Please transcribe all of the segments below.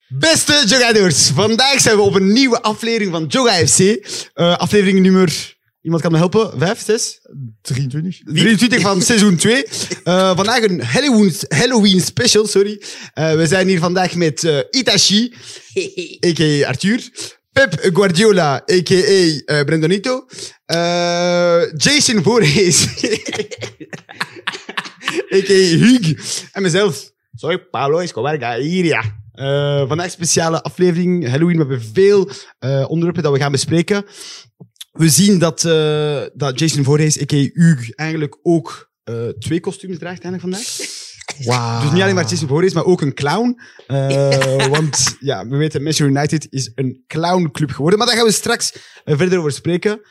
Beste Jogadores, vandaag zijn we op een nieuwe aflevering van Joga FC. Aflevering nummer... Iemand kan me helpen? 5, 6? 23 van seizoen 2. Vandaag een Halloween special, sorry. We zijn hier vandaag met Itachi, a.k.a. Arthur. Pep Guardiola, a.k.a. Brendonito. Jason Voorhees, a.k.a. Hugues. En mezelf. Sorry, Pablo Escobar Gaviria. Vandaag een speciale aflevering Halloween. We hebben veel onderwerpen dat we gaan bespreken. We zien dat Jason Voorhees, a.k.a. Hugues, eigenlijk ook 2 kostuums draagt eigenlijk vandaag. Wow. Dus niet alleen maar Jason Voorhees, maar ook een clown. Want ja, we weten, Manchester United is een clownclub geworden. Maar daar gaan we straks verder over spreken.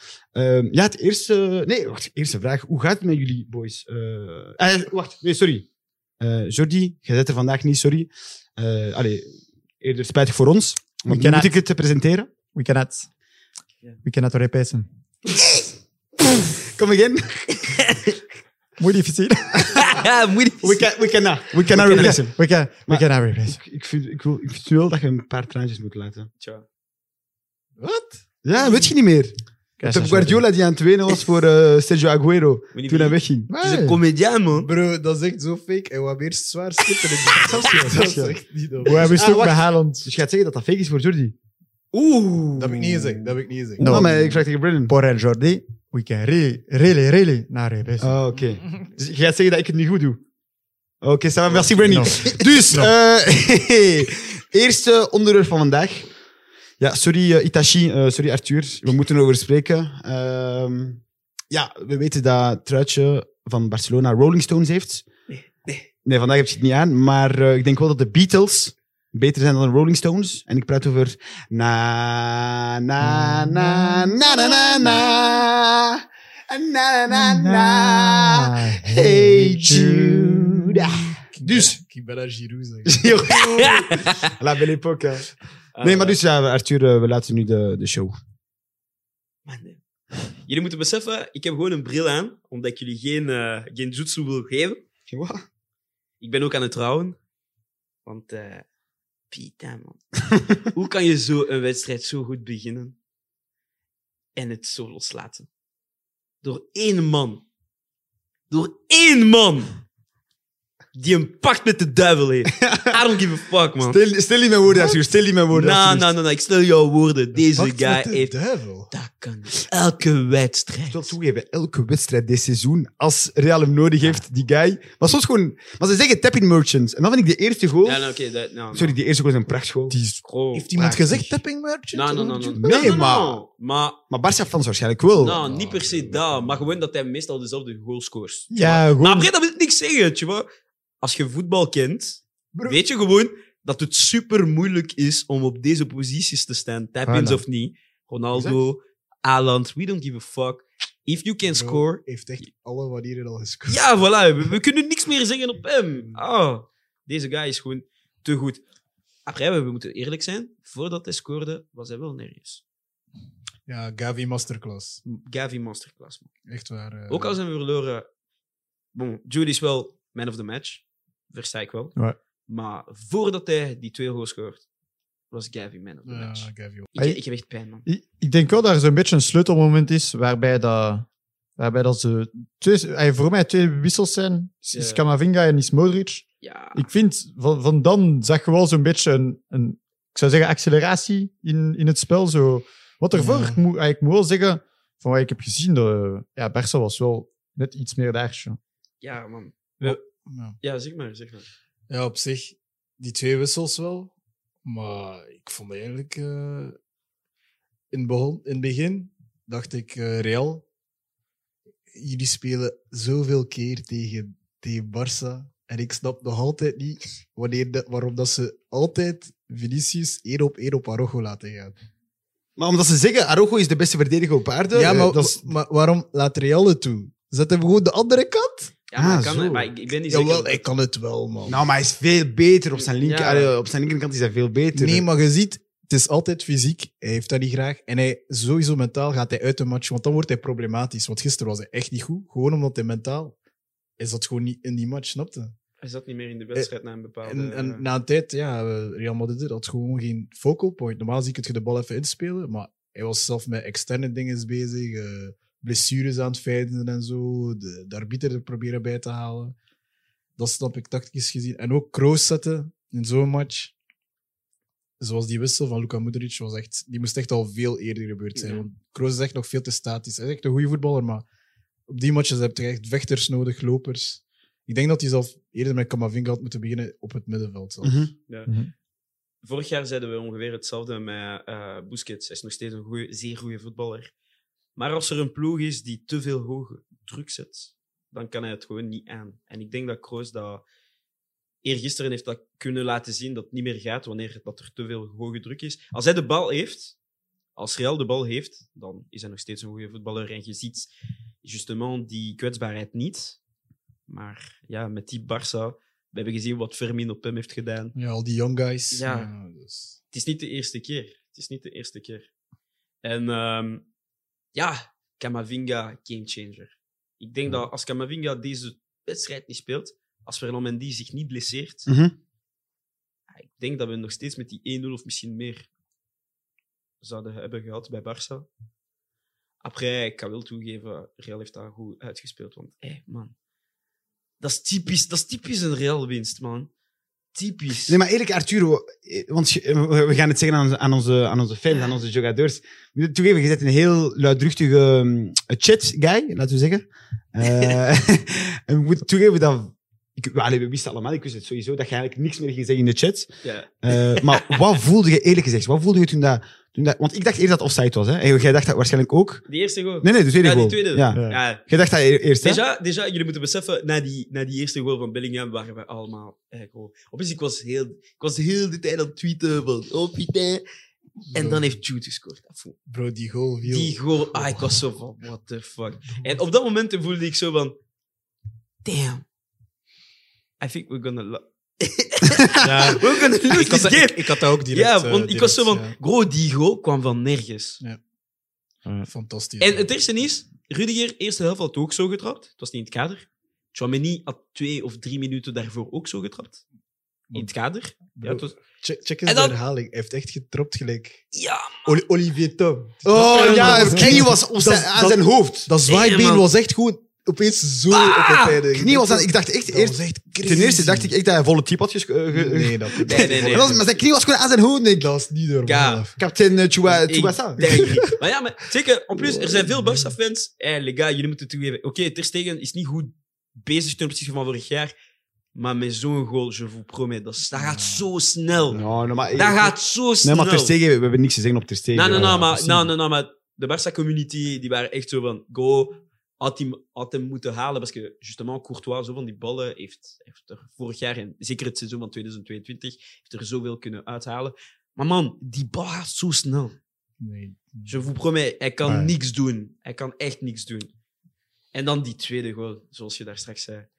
Eerste vraag. Hoe gaat het met jullie, boys? Sorry. Jordi, jij zit er vandaag niet, sorry. Eerder spijtig voor ons. Want moet ik het presenteren? We cannot replace him. Kom again. Muy difícil. We cannot replace him. We cannot replace him. Ik vind wel dat je een paar traantjes moet laten. Tja. Wat? Ja, weet je niet meer. Pep Guardiola die aan het wenen was voor Sergio Aguero toen hij wegging. Het is een comedian, man. Bro, dat is echt zo fake. En wat meer zwaar schitteren. Dat is echt niet We hebben stuk bij Haaland. Dus je gaat zeggen dat dat fake is voor Jordi? Oeh. Dat heb ik niet gezegd. No. No, maar ik vraag tegen Brennan. Por el Jordi, we can really not replace him. Oh, oké. Dus je gaat zeggen dat ik het niet goed doe? Oké, ça va, merci Brennan. No. Dus, eerste onderwerp van vandaag. Ja, sorry Itachi, sorry Arthur, we moeten erover spreken. We weten dat het truitje van Barcelona Rolling Stones heeft. Nee, vandaag heb je het niet aan, maar ik denk wel dat de Beatles beter zijn dan de Rolling Stones. En ik praat over na na na na na na na na na na Hey Jude. Dus. Ik ben naar Giroud zeggen. La belle époque. Nee, maar dus ja, Arthur, we laten nu de show. Man, nee. Jullie moeten beseffen, ik heb gewoon een bril aan, omdat ik jullie geen jutsu wil geven. Wat? Ik ben ook aan het trouwen. Want, Pita, man. Hoe kan je zo een wedstrijd zo goed beginnen en het zo loslaten? Door één man. Die een pact met de duivel heeft. I don't give a fuck, man. Stel niet mijn woorden, Arthur. Stel niet mijn woorden. Nou, ik stel jouw woorden. Deze Pakt guy met de heeft... duivel. Dat kan elke wedstrijd. Ik wil toegeven, elke wedstrijd dit seizoen, als Real hem nodig heeft, die guy... Maar soms gewoon... Maar ze zeggen tapping merchants. En dan vind ik de eerste goal... Ja, oké. Sorry, die eerste goal is een prachtgoal. Heeft iemand gezegd tapping merchant? Nee, maar Maar Barca-fans waarschijnlijk wel. nou, niet per se dat. Maar gewoon dat hij meestal dezelfde goal scoort. Ja, Maar gewoon. après, dat wil niks zeggen, tu vois. Als je voetbal kent, weet je gewoon dat het super moeilijk is om op deze posities te staan. Tap-ins Voilà. of niet. Ronaldo, Haaland, we don't give a fuck. If you can score... Heeft echt alle manieren al gescoord. Ja, voilà. We kunnen niks meer zeggen op hem. Deze guy is gewoon te goed. Après, we moeten eerlijk zijn. Voordat hij scoorde, was hij wel nergens. Ja, Gavi Masterclass. Gavi Masterclass, man. Echt waar. Ook al zijn we verloren... Bon, Jude is wel man of the match. Versta ik wel. Ja. Maar voordat hij die 2 goals scoort, was Gavi man of the match. Gavi. Ik heb echt pijn, man. Ik denk wel dat er zo'n beetje een sleutelmoment is waarbij dat ze voor mij 2 wissels zijn. Is Camavinga en is Modric. Ja. Ik vind, van dan zag je wel zo'n beetje een ik zou zeggen, acceleratie in het spel. Zo. Wat ervoor, ik moet wel zeggen, van wat ik heb gezien, Barça was wel net iets meer daar. Ja, man. Ja. Zeg maar. Ja, op zich, die 2 wissels wel. Maar ik vond eigenlijk... in het begin dacht ik, Real, jullie spelen zoveel keer tegen Barça. En ik snap nog altijd niet waarom dat ze altijd Vinicius 1 op Araujo laten gaan. Maar omdat ze zeggen, Araujo is de beste verdediger op aarde. Ja, maar maar waarom laat Real het toe? Zet hem gewoon de andere kant? Ja, maar, zo. maar ik ben niet Jawel, zeker. hij kan het wel, man. Nou, maar hij is veel beter op zijn linker. Ja. Op zijn linkerkant is hij veel beter. Nee, maar je ziet, het is altijd fysiek. Hij heeft dat niet graag. En hij, sowieso mentaal gaat hij uit de match, want dan wordt hij problematisch. Want gisteren was hij echt niet goed. Gewoon omdat hij mentaal is dat gewoon niet in die match, snapte? Hij zat niet meer in de wedstrijd na een bepaalde... En na een tijd, Real Madrid had gewoon geen focal point. Normaal zie ik je de bal even inspelen, maar hij was zelf met externe dingen bezig, blessures aan het feiten en zo, de arbiter er proberen bij te halen. Dat snap ik tactisch gezien. En ook Kroos zetten in zo'n match. Zoals die wissel van Luka Modric, die moest echt al veel eerder gebeurd zijn. Ja. Want Kroos is echt nog veel te statisch. Hij is echt een goede voetballer, maar op die matches heb je echt vechters nodig, lopers. Ik denk dat hij zelf eerder met Camavinga had moeten beginnen op het middenveld. Zelfs. Vorig jaar zeiden we ongeveer hetzelfde met Busquets. Hij is nog steeds een zeer goede voetballer. Maar als er een ploeg is die te veel hoge druk zet, dan kan hij het gewoon niet aan. En ik denk dat Kroos dat eergisteren heeft dat kunnen laten zien dat het niet meer gaat wanneer dat er te veel hoge druk is. Als hij de bal heeft, als Real de bal heeft, dan is hij nog steeds een goede voetballer. En je ziet justement die kwetsbaarheid niet. Maar ja, met die Barça, we hebben gezien wat Fermin op hem heeft gedaan. Ja, al die young guys. Ja. Dus. Het is niet de eerste keer. En Camavinga, gamechanger. Ik denk dat als Camavinga deze wedstrijd niet speelt, als Ferland Mendy zich niet blesseert, ik denk dat we nog steeds met die 1-0 of misschien meer zouden hebben gehad bij Barça. Après, ik kan wel toegeven, Real heeft daar goed uitgespeeld. Want, man, dat is typisch een Real winst, man. Typisch. Nee, maar eerlijk, Arthur, want we gaan het zeggen aan onze fans, aan onze jogadeurs. Ik moet toegeven, je bent een heel luidruchtige chat-guy, laten we zeggen. En we moeten toegeven dat... we wisten allemaal, ik wist het sowieso, dat je eigenlijk niks meer ging zeggen in de chat. Ja. Maar wat voelde je, eerlijk gezegd, wat voelde je toen dat... Want ik dacht eerst dat het offside was, hè? En jij dacht dat waarschijnlijk ook. Die eerste goal. Nee, de tweede Ja, goal. die tweede. Ja. Ja. Jij dacht dat eerst, hè? Déjà, jullie moeten beseffen, na die eerste goal van Bellingham waren we allemaal opeens, ik was heel de tijd aan het tweeten van, oh putain. En dan heeft Jude gescoord. Bro, die goal viel. Die goal, ik was zo van, what the fuck. En op dat moment voelde ik zo van, damn. I think we're gonna we're gonna lose this game. Ik had dat ook direct. Ja, want ik was zo van, ja. bro, die goal kwam van nergens. Fantastisch. En het eerste is, Rudiger, eerste helft had ook zo getrapt. Het was niet in het kader. Tchouaméni had 2 of 3 minuten daarvoor ook zo getrapt. In het kader. Ja, het was... Check eens En dan- de herhaling. Hij heeft echt getrapt gelijk. ja Olivier Tom. Oh ja, dat het is knie echt- was aan zijn hoofd. Dat zwaaibeen man. was echt gewoon opeens zo op het einde. Knie was aan... Ik dacht echt Dat eerst... was echt Ten eerste dacht ik echt dat hij volle type had Nee, Nee. Maar zijn knie was gewoon aan zijn hoofd. En ik Dat is niet normaal. Ja. kapitein Ik Tsubasa. denk niet. Maar ja, maar zeker, en plus, er zijn veel Barça-fans. Les gars, jullie moeten toegeven. Oké, Ter Stegen is niet goed bezig ten opzichte van vorig jaar. Maar met zo'n goal, je vous promets, dat gaat zo snel. Nou, maar... Dat gaat zo snel. Nee, maar Ter Stegen, we hebben niks te zeggen op Ter Stegen. Nee, maar de Barça-community, die waren echt zo van, go, had hem moeten halen, parce que, justement, Courtois, zo van die ballen, heeft er vorig jaar, en zeker het seizoen van 2022, heeft er zoveel kunnen uithalen. Maar man, die bal gaat zo snel. Nee. Je vous promets, hij kan Ja. niks doen. Hij kan echt niks doen. En dan die tweede goal, zoals je daar straks zei.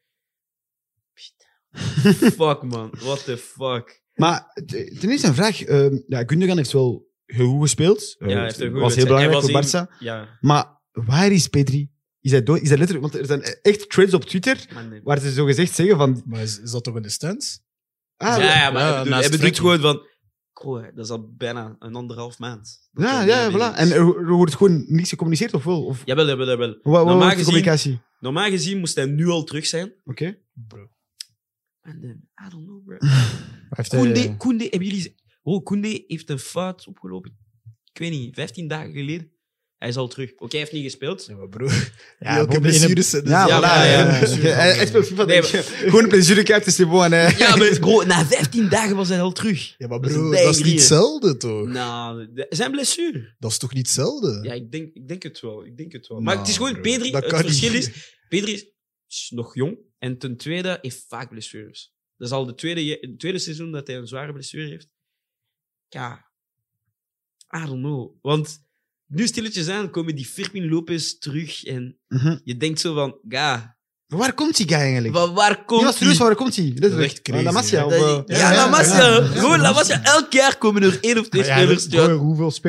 Fuck, man. What the fuck. Maar ten eerste een vraag. Gundogan heeft wel goed gespeeld. Ja, hij heeft een goede was heel wedstrijd. belangrijk Hij voor was Barça. Ja, Maar waar is Pedri? Is hij dood? Is hij letterlijk... Want er zijn echt threads op Twitter man, nee. waar ze zo gezegd zeggen van... Maar is dat toch in de stands? Ah, Ja, maar Ja, hij bedoelt naast gewoon Frenkie. van... Bro, dat is al bijna 1,5 maand. Dat ja, hij ja, niet voilà. meer En is. er wordt gewoon niks gecommuniceerd, of wel? Of, Jawel. wat Normaal was de gezien- communicatie? Normaal gezien moest hij nu al terug zijn. Oké. Bro. En dan, I don't know, bro. Heeft Koundé, hebben jullie... Oh, Koundé heeft een fout opgelopen. Ik weet niet, 15 dagen geleden. Hij is al terug. Oké, hij heeft niet gespeeld. Ja, maar bro. Ja, Elke bro, blessures zijn... Ja, Ja, voilà. maar- ja. Hij speelt FIFA, Nee, denk je. Gewoon een plezierkaart, is gewoon... Ja, maar bro, na 15 dagen was hij al terug. Ja, maar Dat is bro, een dat is bijgrieën. niet hetzelfde, toch? Nou, zijn blessure. Dat is toch niet hetzelfde? Ja, ik denk het wel. Maar Nou, het is gewoon bro, Pedri. dat Het kan verschil niet. is, Pedri is nog jong. En ten tweede heeft vaak blessures. Dat is al het tweede seizoen dat hij een zware blessure heeft. Ja, I don't know. Want nu stilletjes aan komen die Firmin Lopez terug. En je denkt zo van, ga, Maar waar komt die guy eigenlijk? waar komt Nee, maar serieus, die? waar komt hij? Dat is echt crazy, La Masia. hè? Of, Ja, La Masia. Gewoon La Masia. Elk jaar komen er 1 of 2 Maar ja, spelers. bro, Ja, hoeveel spelers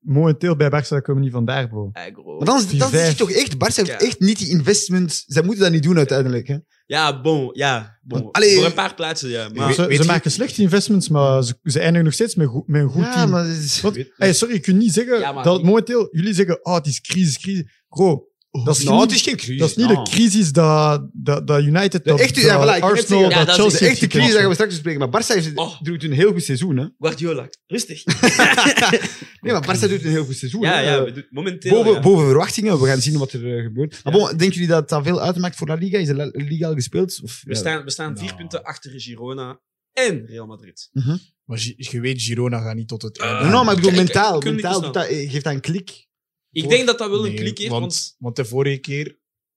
momenteel bij Barça komen we niet vandaar, bro. Bro. Maar dan is 4-5. het toch echt... Barça heeft Ja. echt niet die investment... Zij moeten dat niet doen uiteindelijk. Hè. Ja, bon. Allee, Voor een paar plaatsen, ja. Maar Ze je- maken slechte investments, maar ze eindigen nog steeds met een goed Ja, team. maar... het is- Want, sorry, ik kan niet zeggen Ja, maar- dat het momenteel... Jullie zeggen, het is crisis. Bro, dat is Nou, niet, het is geen crisis. dat is niet nou. de crisis dat United, dat, echte- ja, voilà, ik dat wou net Arsenal, zeggen, ja, dat dat is Chelsea De heeft echte crisis gekregen. daar gaan we straks bespreken. Maar Barça heeft, Oh. doet een heel goed seizoen. Hè. Guardiola, rustig. Nee, maar Barça doet een heel goed seizoen. Ja, hè. ja, we doen momenteel. Boven, ja. boven verwachtingen. We gaan zien wat er gebeurt. Maar bon, denken jullie dat dat veel uitmaakt voor La Liga? Is de La Liga al gespeeld? Of, We staan 4 Nou. punten achter Girona en Real Madrid. Maar je weet, Girona gaat niet tot het einde. Nou, maar ik bedoel, Kijk, mentaal. ik kan niet Mentaal verstaan. doet dat, geeft dat een klik. Ik Voor- denk dat dat wel een Nee, klik heeft, want want de vorige keer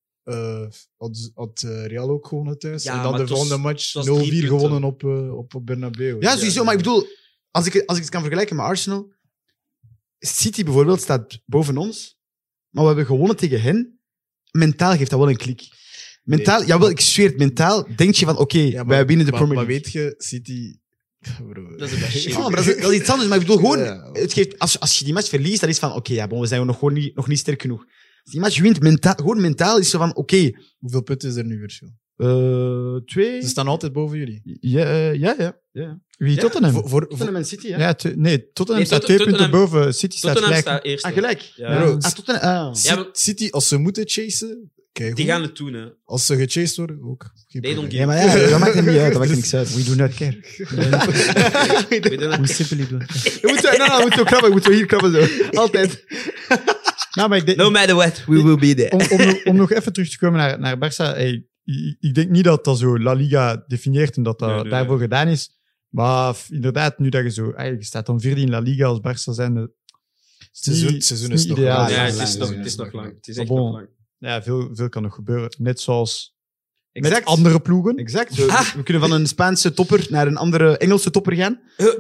had Real ook gewonnen thuis. Ja, en maar dan de het was- volgende match het was 3 0-4 punten. gewonnen op Bernabeu. Ja, sowieso. Maar ik bedoel, als ik het kan vergelijken met Arsenal. City bijvoorbeeld staat boven ons. Maar we hebben gewonnen tegen hen. Mentaal geeft dat wel een klik. Mentaal, jawel, ik zweer het. Mentaal denk je van, oké, wij winnen de Premier Maar League. weet je, City... Bro. dat is een beetje Ja, maar dat is iets anders. Maar ik bedoel gewoon, Ja. het geeft, als je die match verliest, dan is het van, oké, ja, bon, we zijn nog niet sterk genoeg. Als die match wint, gewoon mentaal is zo van, oké, Hoeveel punten is er nu verschil? 2... Ze staan altijd boven jullie. Ja. Wie, Ja, Tottenham? Tottenham en City, ja. Ja, Tottenham Nee, staat 2 punten Tottenham- boven. City staat Tottenham gelijk. staat eerst. Ah, gelijk. Ja. Bro, Tottenham, Ja, maar- City, als ze moeten chasen, kijk Die goed. gaan het doen, hè. Als ze gechased worden, ook. Geen They don't probleem. Ja, maar ja, dat maakt hem niet uit. Dat maakt er niks uit. We do not care. Weet je dat? We simply do. We moeten zo krabben. We moeten hier krabben, zo. Altijd. Nou, maar ik denk, No matter what, we will be there. om nog even terug te komen naar Barça. Ik denk niet dat dat zo La Liga definieert en dat dat Nee. daarvoor gedaan is. Maar inderdaad, nu dat je zo... je staat dan vierde in La Liga als Barça zijn. Het seizoen is toch ideaal. lang. Ja, Ja, het lang, is nog- lang, het is nog lang. lang. Het is echt Maar bon. nog lang. Ja, veel kan nog gebeuren. Net zoals Exact. met andere ploegen. Exact. We kunnen van een Spaanse topper naar een andere Engelse topper gaan. Huh.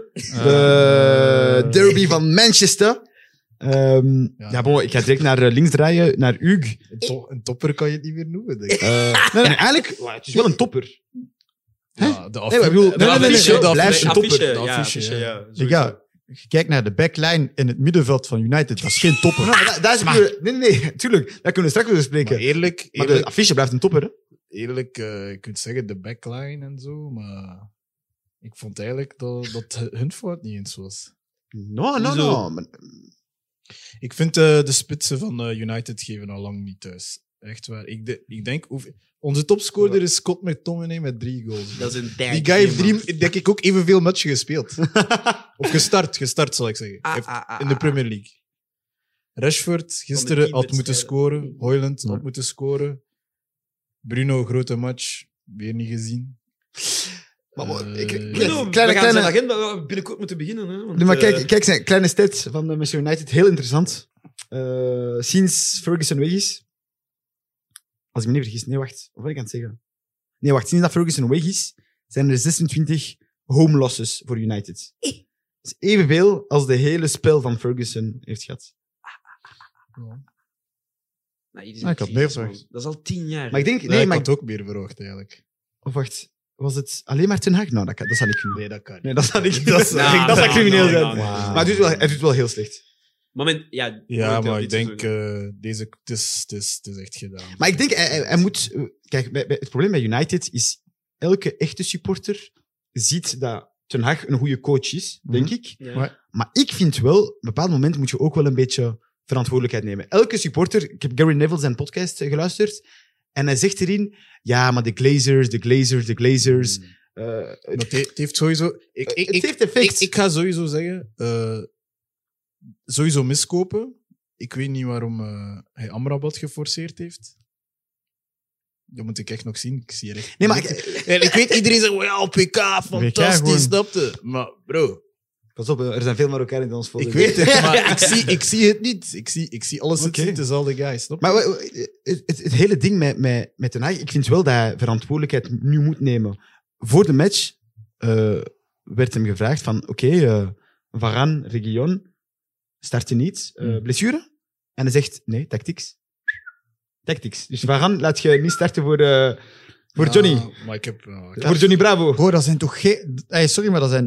De derby van Manchester. Ja. Ja, bon, ik ga direct naar links draaien, naar Hugues. Een topper kan je het niet meer noemen, denk ik. Nee, eigenlijk, het is wel een topper. Ja, de Nee, maar ik bedoel, de nee, affiche, nee, de blijft affiche. een topper. De De affiche, affiche, ja. ja. Sowieso. Ja, je kijkt naar de backline in het middenveld van United. Dat is geen topper. Nou, maar daar is nee, tuurlijk. Daar kunnen we straks over spreken. Maar eerlijk, Maar de affiche blijft een topper, hè? je kunt zeggen de backline en zo, maar ik vond eigenlijk dat hun fout niet eens was. No. Hoezo? Maar- Ik vind de spitsen van United geven al lang niet thuis. Echt waar. Ik denk, onze topscorer is Scott McTominay met 3 goals. Dat is een Die dijk. guy heeft denk ik ook evenveel matchen gespeeld. Of gestart zal ik zeggen. Hij heeft in de Premier League. Rashford gisteren had moeten scoren. Højlund had moeten scoren. Bruno, grote match. Weer niet gezien. Maar, We kleine- gaan zijn agenda binnenkort moeten beginnen. Hè, want, Nee, maar kijk, zijn kleine stat van Manchester United, heel interessant. Sinds Ferguson weg is, als ik me niet vergis, nee, wacht, wat wil ik aan het zeggen? Nee, wacht, sinds dat Ferguson weg is, zijn er 26 home losses voor United. Dat is evenveel als de hele spel van Ferguson heeft gehad. Nee, die is Ah, ik had een meer crisis, verwacht. man. Dat is al 10 jaar. Maar ik denk, Nee, nee, ik maar, had ook meer verwacht eigenlijk. of wacht, was het alleen maar Ten Hag? Nou, dat zou niet kunnen. Nee, dat kan niet. Nee, dat zou niet Dat is- Nou, dat zou nou, crimineel nou, zijn. nou, nou. Maar hij doet wel heel slecht. Ja, Ja, momenteel maar ik dit denk, seizoen. het is echt gedaan. Maar ik denk, hij moet... Kijk, het probleem bij United is, elke echte supporter ziet dat Ten Hag een goede coach is, denk ik. Ja. Maar- Maar ik vind wel, op een bepaald moment moet je ook wel een beetje verantwoordelijkheid nemen. Elke supporter... Ik heb Gary Neville zijn podcast geluisterd, en hij zegt erin, ja, maar de Glazers... Het heeft sowieso... het heeft effect. Ik ga sowieso zeggen, sowieso miskopen. Ik weet niet waarom hij Amrabat geforceerd heeft. Dat moet ik echt nog zien. Ik zie er echt... Nee, maar ik weet, iedereen zegt, ja, op PK, fantastisch, gewoon. snapte. Maar bro, pas op, er zijn veel Marokkanen die ons volgen. ik weet het, maar ik zie het niet. Ik zie alles Oké. het dezelfde guy, snap je? Maar het hele ding met Ten Hag, ik vind wel dat hij verantwoordelijkheid nu moet nemen. Voor de match werd hem gevraagd van, oké, Varane, Reguilon, starten niet. Blessure? En hij zegt, nee, tactics. Dus Varane laat je niet starten voor Johnny. Maar ik heb... Voor Johnny Bravo. Bro, dat zijn toch geen... sorry, maar dat zijn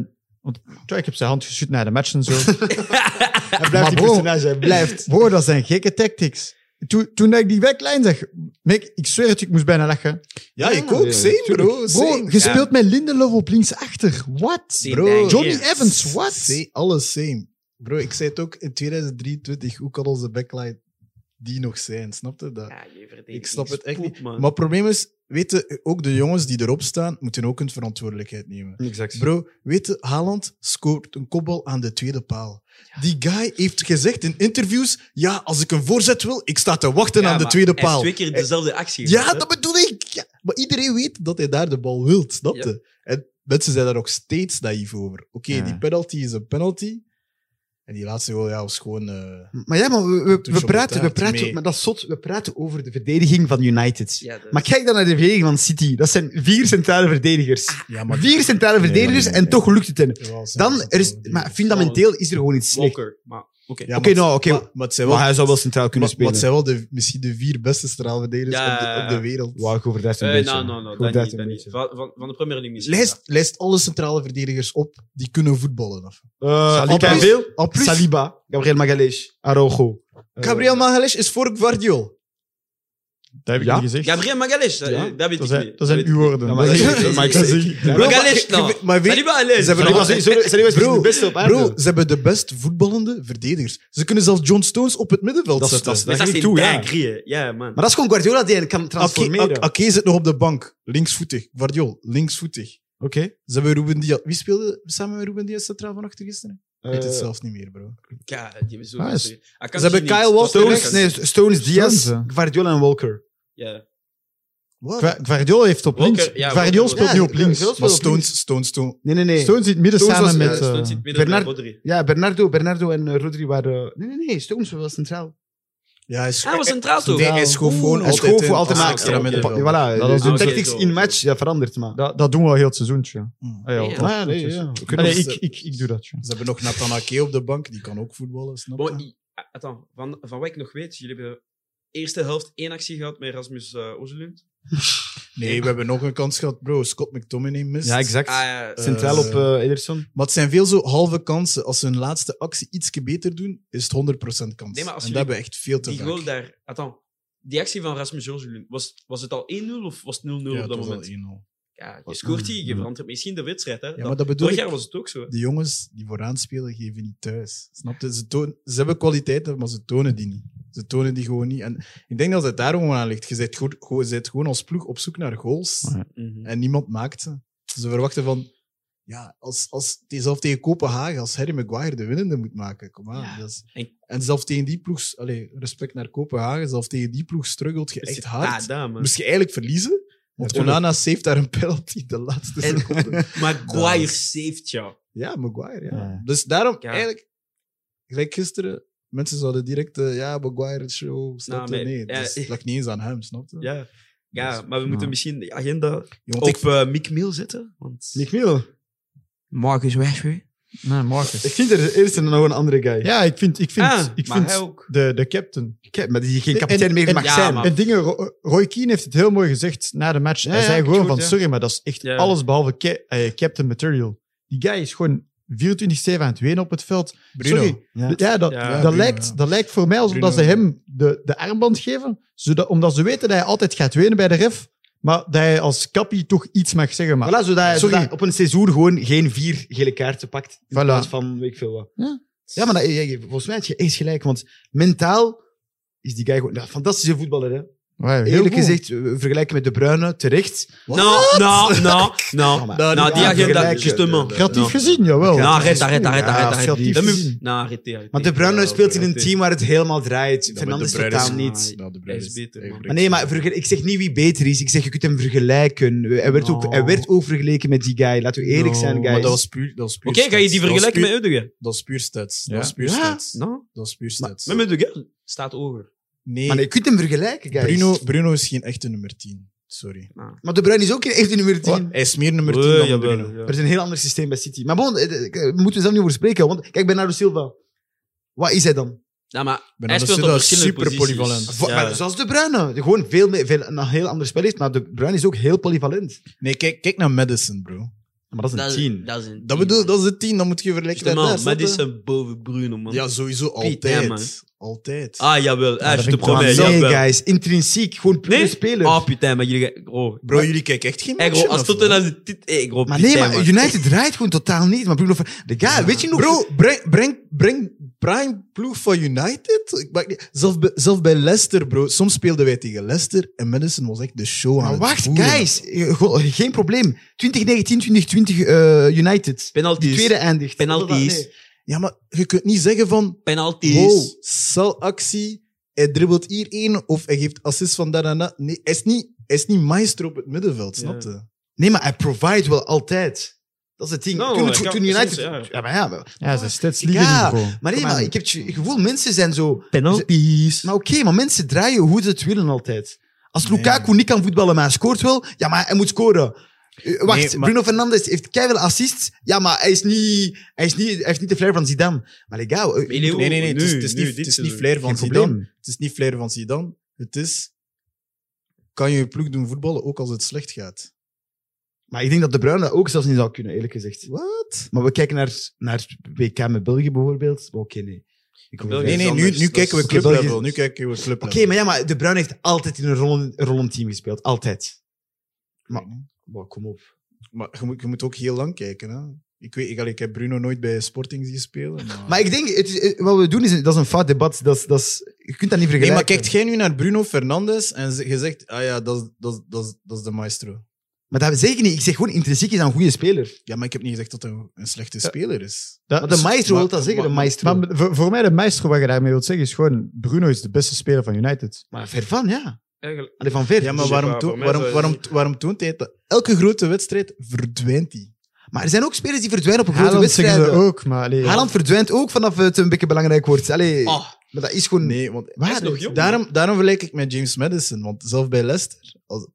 Want ik heb zijn hand geschud naar de match en zo. Hij blijft Maar die bro- personage, hij blijft. Bro, dat zijn gekke tactics. Toen ik die backline zag, Mick, ik zweer het, ik moest bijna lachen. Ja, ik ook. Same, bro. Bro, Same. je speelt met Lindelof op linksachter. What? Bro, Johnny Evans, what? Alles same. Bro, ik zei het ook in 2023. Hoe kan onze backline die nog zijn? Snap je dat? Ja, je verdedigt Ik snap het echt spook, niet. man. Maar het probleem is, weten, ook de jongens die erop staan, moeten ook hun verantwoordelijkheid nemen. Exact. Bro, weet Haaland scoort een kopbal aan de tweede paal. Die guy heeft gezegd in interviews, ja, als ik een voorzet wil, ik sta te wachten Ja, aan de maar tweede hij heeft paal. 2 keer dezelfde actie Ja, gehad, hè. dat bedoel ik. Ja, maar iedereen weet dat hij daar de bal wil, snap je? Ja. En mensen zijn daar nog steeds naïef over. Oké, Ja. die penalty is een penalty. En die laatste goal was gewoon... Maar ja, maar we Touche op de praten, taart mee. maar dat is zot. We praten over de verdediging van United. Ja, dat- Maar kijk dan naar de verdediging van City. Dat zijn 4 centrale verdedigers. ja, 4 centrale verdedigers nee, en toch lukt het hen. Jawel, Dan, maar fundamenteel is er gewoon iets slecht. Walker, maar oké. Ja, Oké, nou, oké. Maar het zijn wel, Maar hij zou wel centraal kunnen maar het spelen. zijn wel misschien de 4 beste straalverdedigers Ja, op de wereld. Wauw, ik overdrijf een beetje. Nou, Ik dat overdrijf niet. een Dat niet. beetje. Van de Premier League misschien. Lijst alle centrale verdedigers op die kunnen voetballen. Af. Saliba. En Veel? En plus, Saliba, Gabriel Magalhaes, Araujo. Gabriel Magalhaes is voor Gvardiol. Dat heb ik Ja? niet gezegd. Gabriel Magalhaes, Ja, dat weet ik niet. Dat zijn uw woorden. Ja, maar Dat is- dat- dat is- dat- dat is- Ja, Bro, Magalhaes, maar- nou. maar weet- Saliba alleen. Ze hebben Saliba nog- is de beste op aarde. Bro, ze hebben de best voetballende verdedigers. Ze kunnen zelfs John Stones op het middenveld Dat is- zetten. dat is- Maar dat geef is ik toe, in ja. Dagrie, ja, man. Maar dat is gewoon Guardiola die hen kan transformeren. Ake zit nog op de bank. Linksvoetig. Gvardiol, linksvoetig. Oké. Ze hebben Ruben Diaz. Wie speelde samen met Ruben Diaz centraal van achter gisteren? Ik weet het zelfs niet meer, bro. Ja, die hebben zo... Ah, is- Hij kan Ze hebben niet- Kyle Walker Stones, Stones, nee, Stones, Diaz, Stones, hè. Guardiola en Walker. Ja. Wat? Gvardiol heeft op Walker, links. ja, Gvardiol Walker. speelt nu op Ja, links. Stones Maar speelt op links. Stones. Nee. Stones in het midden Stones samen was- met... Stones in het midden Bernard- met Rodri. Ja, Bernardo en Rodri waren... Nee, Stones was wel centraal. Ja, hij is Hij was centraal toch? Nee, hij schoof gewoon Hij altijd schoof in voor altijd als maar... extra middenveld. Voilà, Dat is de ook tactics zo. in match, dat verandert maar. Dat doen we al heel het seizoentje. Hmm. Ah, ja, Ja. toch. Ah, nee, ja. We kunnen Allee, ons- ik doe dat. Ja. Ze hebben nog Nathan Ake op de bank, die kan ook voetballen, snap je? Bon, attends, van wat ik nog weet, jullie hebben de eerste helft 1 actie gehad met Rasmus Özilund. Nee, we hebben nog een kans gehad, bro. Scott McTominay mist. Ja, exact. Ah, Centraal op Ederson. Maar het zijn veel zo halve kansen. Als ze hun laatste actie ietsje beter doen, is het 100% kans. Nee, maar als en dat jullie hebben we echt veel te die vaak. goal daar... Attends, die actie van Rasmus Özilund, was het al 1-0 of was het 0-0 Ja, op het dat was al moment? 1-0. Ja, je scoort die, je verandert misschien de wedstrijd. Hè? Ja, maar dat bedoel Vorig ik. jaar was het ook zo. De jongens die vooraan spelen, geven niet thuis. Snap je? Ze hebben kwaliteiten, maar ze tonen die niet. Ze tonen die gewoon niet. En ik denk dat het daar gewoon aan ligt. Je bent gewoon als ploeg op zoek naar goals. Ja. Mhm. En niemand maakt ze. Ze verwachten van... Ja, zelf tegen Kopenhagen, als Harry Maguire de winnende moet maken. Kom aan. Ja. Dat is- En- en zelf tegen die ploeg... Respect naar Kopenhagen. Zelf tegen die ploeg struggelt je echt hard. daar, man. Moest je eigenlijk verliezen? Want tuurlijk. Onana saved daar een penalty de laatste En- seconde. Maguire Dat saved jou. Ja, Maguire, ja. Ja. Dus daarom, Ja. eigenlijk, gelijk gisteren, mensen zouden direct, Maguire show, snap je? maar- Nee, ja, het lag niet eens aan hem, snap je? Ja, maar we Ja. moeten misschien de agenda Want op Mick Mill zetten. Want Nick Miel. Marcus Rashford. Nee, Marcus. Ik vind er eerst nog een andere guy. Ja, ik vind Maar hij ook. de captain. Kijk, maar die geen kapitein meer en- mag ja, zijn. maar- En dingen, Roy Keane heeft het heel mooi gezegd na de match. Ja, Hij ja, zei ik gewoon goed, van, ja. sorry, maar dat is echt Ja. alles behalve captain material. Die guy is gewoon 24/7 aan het wenen op het veld. Bruno. Sorry. Ja. Ja, dat, Ja, dat, Bruno, lijkt, ja. dat lijkt voor mij alsof Bruno. dat ze hem de armband geven, omdat ze weten dat hij altijd gaat wenen bij de ref, maar dat hij als kappie toch iets mag zeggen. Maar Voilà, zodat Sorry. hij op een seizoen gewoon geen 4 gele kaarten pakt. In Voilà. plaats van weet ik veel wat. Ja. Ja, maar volgens mij heb je eens gelijk. Want mentaal is die guy gewoon een fantastische voetballer. Hè? heel Eerlijk goed. gezegd, vergelijken met De Bruyne, terecht. Nou, die agenda, vergelijken- justement. Creatief Nou. gezien, jawel. Nou, arrête. creatief Dat moet- gezien. Nou, arrêtez. Maar De Bruyne speelt in een team waar het helemaal draait. Ja, maar Fernandes De Bruyne totaal is- niet. Ja, de Hij is beter, hij man. Maar nee, maar ik zeg niet wie beter is. Ik zeg, je kunt hem vergelijken. Hij werd ook vergeleken met die guy. Laten we eerlijk zijn, guys. Maar dat was puur Oké, ga je die vergelijken met Udegaard? Dat is puur stats. Ja. Dat is puur Ja. stats. Nou, Dat is puur stats. met Udegaard staat hoger. Nee, Maar nee, je kunt hem vergelijken, guys. Bruno is geen echte nummer 10. Sorry. Maar De Bruyne is ook geen echte nummer 10. Hij is meer nummer 10 dan Bruno. Er is een heel ander systeem bij City. Maar bon, we moeten zelf niet over spreken. Want kijk, Bernardo Silva. Wat is hij dan? Ja, maar hij Bernardo speelt op Silva is verschillende super posities. polyvalent. Maar zoals De Bruyne. Gewoon veel een heel ander spel heeft. Maar De Bruyne is ook heel polyvalent. Nee, kijk naar Madison, bro. Maar dat is een 10. Dat is een Dat 10, bedoel, man. dat is de 10, dan moet je vergelijken Justement, met maar dat. dit is boven Bruno, man. Ja, sowieso Piet, hè, man. altijd. Altijd. Ah, jawel. dat je vind te ik promets, Nee, jawel. guys. Intrinsiek. Gewoon pure Nee? speler. Ah, putain, maar jullie... Bro, Bro, jullie kijken echt geen hey, matchen, bro, als of tot wat? aan de tit... Hey, bro, Maar nee, putain, maar man. United draait gewoon totaal niet. Maar Bruno... De guy, weet je nog... Bro, breng prime ploeg van United. Ik maak niet- zelf bij Leicester, bro. Soms speelden wij tegen Leicester en Madison was echt de show aan Maar het wacht, voeren. guys. Geen probleem. 2019, 2020 United. Penalties. Die tweede eindigt. Penalties. Nee. Ja, maar je kunt niet zeggen van... Penalties. Wow, celactie. Hij dribbelt hier één of hij geeft assist van daar en dat. Nee, hij is niet maestro op het middenveld, Ja. snap je? Nee, maar hij provide wel altijd. Dat is het ding. Nou, toen, hij kan toen United... soms, ja. Ja, maar ja. Ja, ze is steeds Ja, liefdesniveau. Maar nee, Kom aan. maar ik heb het gevoel, mensen zijn zo... Penalties. Maar oké, maar mensen draaien hoe ze het willen altijd. Als Nee. Lukaku niet kan voetballen, maar hij scoort wel, ja, maar hij moet scoren. Wacht, Nee, maar- Bruno Fernandes heeft keiveel assists, ja, maar hij heeft niet de flair van Zidane. Maar legaal, Nee, Nee, het is, Nu, het is nu, niet, dit het is niet seizoen. flair van geen Zidane. probleem. Het is niet flair van Zidane. Het is... Kan je je ploeg doen voetballen ook als het slecht gaat? Maar ik denk dat De Bruyne dat ook zelfs niet zou kunnen, eerlijk gezegd. Wat? Maar we kijken naar WK met België bijvoorbeeld. Maar oké, nee. Ik hoor België het. Nee, is nu anders. Dat kijken we is- clublevel. Nu kijken we clublevel. Oké, maar ja, maar De Bruyne heeft altijd in een rollend team gespeeld. Altijd. Maar, kom op. Maar je moet ook heel lang kijken. Hè? Ik heb Bruno nooit bij Sporting zien spelen. Maar ik denk, wat we doen, dat is een fout debat. Je kunt dat niet vergelijken. Nee, maar kijkt jij nu naar Bruno Fernandes en je zegt, ah ja, dat is de maestro. Maar dat zeg ik niet. Ik zeg gewoon, intrinsiek is dat een goede speler. Ja, maar ik heb niet gezegd dat hij een slechte speler is. Dat Maar de is- maestro maar- wil dat zeggen, de maar- maestro. Maar voor mij, de maestro wat je daarmee wilt zeggen, is gewoon... Bruno is de beste speler van United. Maar ver van, ja. Eigenlijk... Allee, van ver. Ja, maar Dus waarom, voor mij zou je- waarom toont hij dat? Elke grote wedstrijd verdwijnt hij. Maar er zijn ook spelers die verdwijnen op een grote Haaland zeggen ze wedstrijd. ook, maar... Allee, Haaland verdwijnt ook vanaf het een beetje belangrijk wordt. Allee, Oh, maar dat is gewoon... Nee, want Waar hij is nog jong. daarom vergelijk ik met James Madison. Want zelf bij Leicester,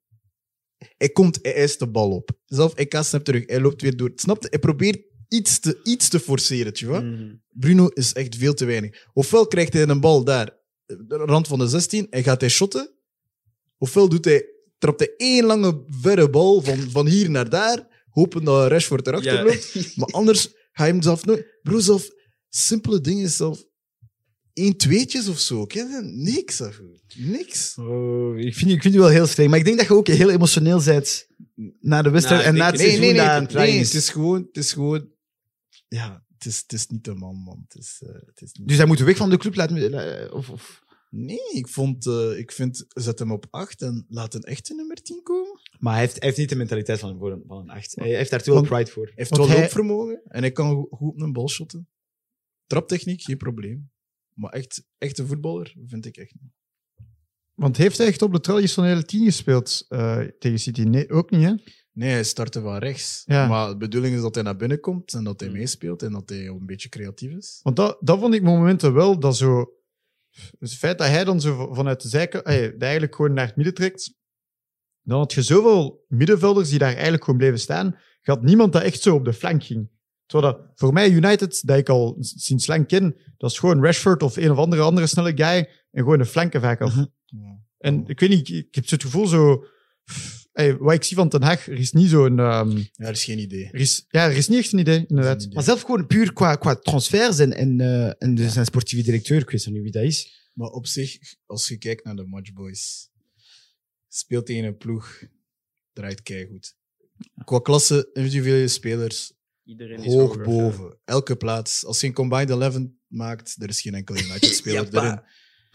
hij eist de bal op. Zelf, hij kaast hem terug. Hij loopt weer door. Snap je? Hij probeert iets te forceren, tje wat? Mhm. Bruno is echt veel te weinig. Ofwel krijgt hij een bal daar, de rand van de 16, en gaat hij shotten. Ofwel trapt hij één lange, verre bal van hier naar daar, hopen dat Rashford erachter Ja. loopt. Maar anders ga je hem zelf nooit... Bro, zelf simpele dingen, zelf 1-2'tjes of zo. Ken je? Niks af. Niks. Oh, ik vind je wel heel streng. Maar ik denk dat je ook heel emotioneel bent na de wedstrijd Nou, en na ik het denk- seizoen dat aan het draaien het is. is gewoon... Ja, het is niet de man. Het is niet... Dus hij moet weg van de club laten... Of... Nee, ik vind, zet hem op 8 en laat een echte nummer 10 komen. Maar hij heeft niet de mentaliteit van een 8. Hij heeft daar te veel Want- pride voor. Hij heeft Want wel hij- loopvermogen en hij kan goed op een bal shotten. Traptechniek, geen probleem. Maar echte voetballer vind ik echt niet. Want heeft hij echt op de traditionele 10 gespeeld tegen City? Nee, ook niet, hè? Nee, hij startte van rechts. Ja. Maar de bedoeling is dat hij naar binnen komt en dat hij meespeelt en dat hij een beetje creatief is. Want dat vond ik momenten wel, dat zo... Dus het feit dat hij dan zo vanuit de zijkant... dat eigenlijk gewoon naar het midden trekt, dan had je zoveel middenvelders die daar eigenlijk gewoon bleven staan. Je had niemand dat echt zo op de flank ging. Terwijl dat voor mij United, dat ik al sinds lang ken, dat is gewoon Rashford of een of andere snelle guy en gewoon de flanken vaak af. Ja. En ik weet niet, ik heb zo het gevoel zo... wat ik zie van Ten Hag, er is niet zo'n... Ja, er is geen idee. er is niet echt een idee, inderdaad. Maar zelf gewoon puur qua transfers en dus zijn sportieve directeur, ik weet nog niet wie dat is. Maar op zich, als je kijkt naar de Matchboys, speelt tegen een ploeg, draait keigoed. Qua klasse, individuele spelers, Iedereen is hoog hoger, boven. Elke plaats. Als je een combined 11 maakt, er is geen enkele United-speler Ja, erin.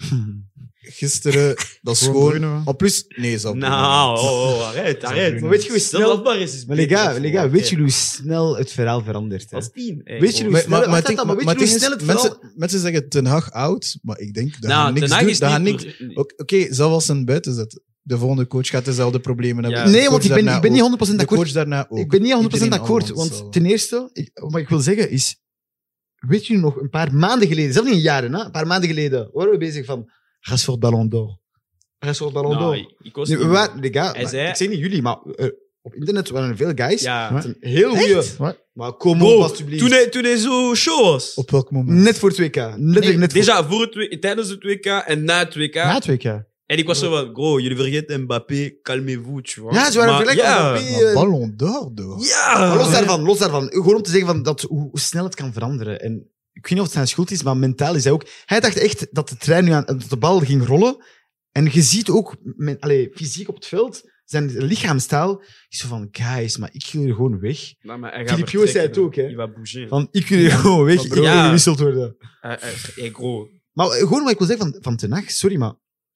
Gisteren, dat is Gewoon gewoon... Bruno. En plus, nee, zelf Nou, arrête. Bruno. Maar weet je hoe snel... is Maar lega, weet je hoe snel het verhaal verandert? Hè? Als 10. Weet je hoe snel... Wacht, denk- maar weet je hoe ding is, snel het verhaal... mensen zeggen Ten Hag oud, maar ik denk, dat Nou, gaat niks Ten Hag doen. is Dat gaat niet... niks... Oké, zelfs als ze een buiten zetten. De volgende coach gaat dezelfde problemen hebben. Ja. De Nee, coach want ik ben daarna niet ook. 100% De akkoord. coach daarna ook. Ik ben niet 100% Iedereen akkoord, allemaal want hetzelfde. ten eerste, wat ik wil zeggen is, weet je nog, een paar maanden geleden, zelfs niet een jaar, hè, een paar maanden geleden, waren we bezig van, Rashford Ballon d'Or. Rashford Ballon d'Or. Nou, ik was Nee, niet... we waren, les gars, Hij maar zei- ik zeg niet jullie, maar op internet waren er veel guys. Ja. met een heel goede... Wat? Maar kom Bro, op, alsjeblieft. toen hij zo show was. Op welk moment? Net voor het WK. Letterlijk Nee, net voor... déjà voor het, tijdens het WK en na het WK. Na het WK. En ik was zo van, bro, jullie vergeten Mbappé, calmez-vous, tu vois. Ja, ze waren Maar vergelijkbaar ja, met Mbappé. Maar Ballon d'Or, toch? Ja! Maar los daarvan. Gewoon om te zeggen van hoe snel het kan veranderen. En ik weet niet of het zijn schuld is, maar mentaal is hij ook... Hij dacht echt dat de trein nu dat de bal ging rollen. En je ziet ook, fysiek op het veld, zijn lichaamstaal is zo van, guys, maar ik wil hier gewoon weg. Maar hij gaat Philippe Joos zei het ook, hè. Il va bouger. Van, ik wil hier gewoon weg, ik wil Ja. gewisseld worden. Hey, gros. Maar gewoon wat ik wil zeggen van Ten Hag, sorry, maar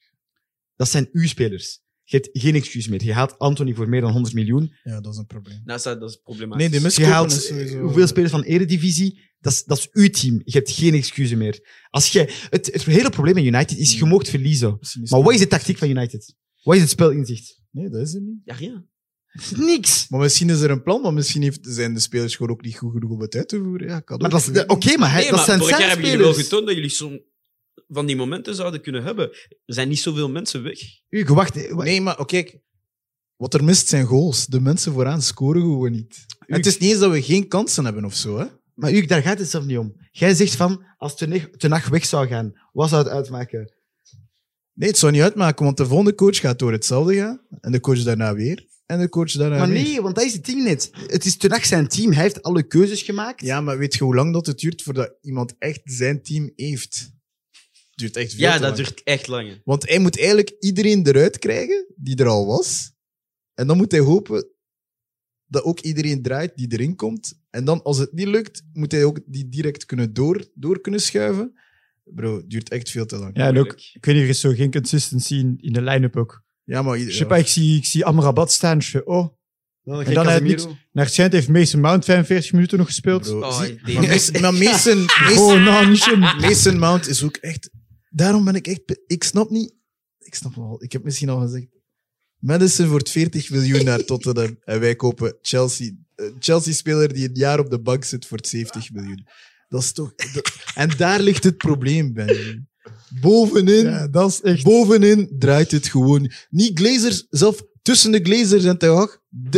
dat zijn uw spelers. Je hebt geen excuus meer. Je haalt Anthony voor meer dan 100 miljoen. Ja, dat is een probleem. Dat is problematisch. Nee, de Je miskopen haalt is sowieso... hoeveel spelers van Eredivisie. Dat is uw team. Je hebt geen excuses meer. Als jij, het hele probleem met United is, je moogt verliezen. Maar wat is de tactiek van United? Wat is het spelinzicht? Nee, dat is het niet. Ja, rien. Niks. Maar misschien is er een plan, maar misschien zijn de spelers gewoon ook niet goed genoeg om het uit te voeren. Ja, kan Maar ook. dat is, oké, maar, Nee, dat maar zijn vorig jaar zijn hebben jullie wel spelers. getoond dat jullie soms van die momenten zouden kunnen hebben. Er zijn niet zoveel mensen weg. U, gewacht. Nee, maar kijk, wat er mist zijn goals. De mensen vooraan scoren gewoon niet. En het is niet eens dat we geen kansen hebben of zo, hè. Maar u, daar gaat het zelf niet om. Jij zegt van, als Ten Hag weg zou gaan, wat zou het uitmaken? Nee, het zou niet uitmaken, want de volgende coach gaat door hetzelfde gaan. En de coach daarna weer. En de coach daarna Maar weer. nee, want dat is het ding net. Het is Ten Hag zijn team. Hij heeft alle keuzes gemaakt. Ja, maar weet je hoe lang dat het duurt voordat iemand echt zijn team heeft? Het duurt echt veel Ja, te dat lang. duurt echt lang. Hè. Want hij moet eigenlijk iedereen eruit krijgen die er al was. En dan moet hij hopen dat ook iedereen draait die erin komt. En dan, als het niet lukt, moet hij ook die direct kunnen door kunnen schuiven. Bro, het duurt echt veel te lang. Ja, en ook, ik weet niet, er is zo geen consistency in de line-up ook. Ja, maar... Ik sais pas, ik zie Amrabat staan. Je fais, oh. Dan En dan hij niks. Naar het schijnt heeft Mason Mount 45 minuten nog gespeeld. Bro, Oh, zie- ik denk- maar Mason, Oh, nou, niet zo. Mason Mount is ook echt... Daarom ben ik echt... Ik snap niet... Ik snap wel. Ik heb misschien al gezegd... Madison wordt 40 miljoen naar Tottenham en wij kopen Chelsea. Een Chelsea-speler die een jaar op de bank zit voor 70 miljoen. Dat is toch... En daar ligt het probleem, Ben. Bovenin... Ja, dat is echt... Bovenin draait het gewoon. Niet Glazers, zelf tussen de Glazers en Ten Hag,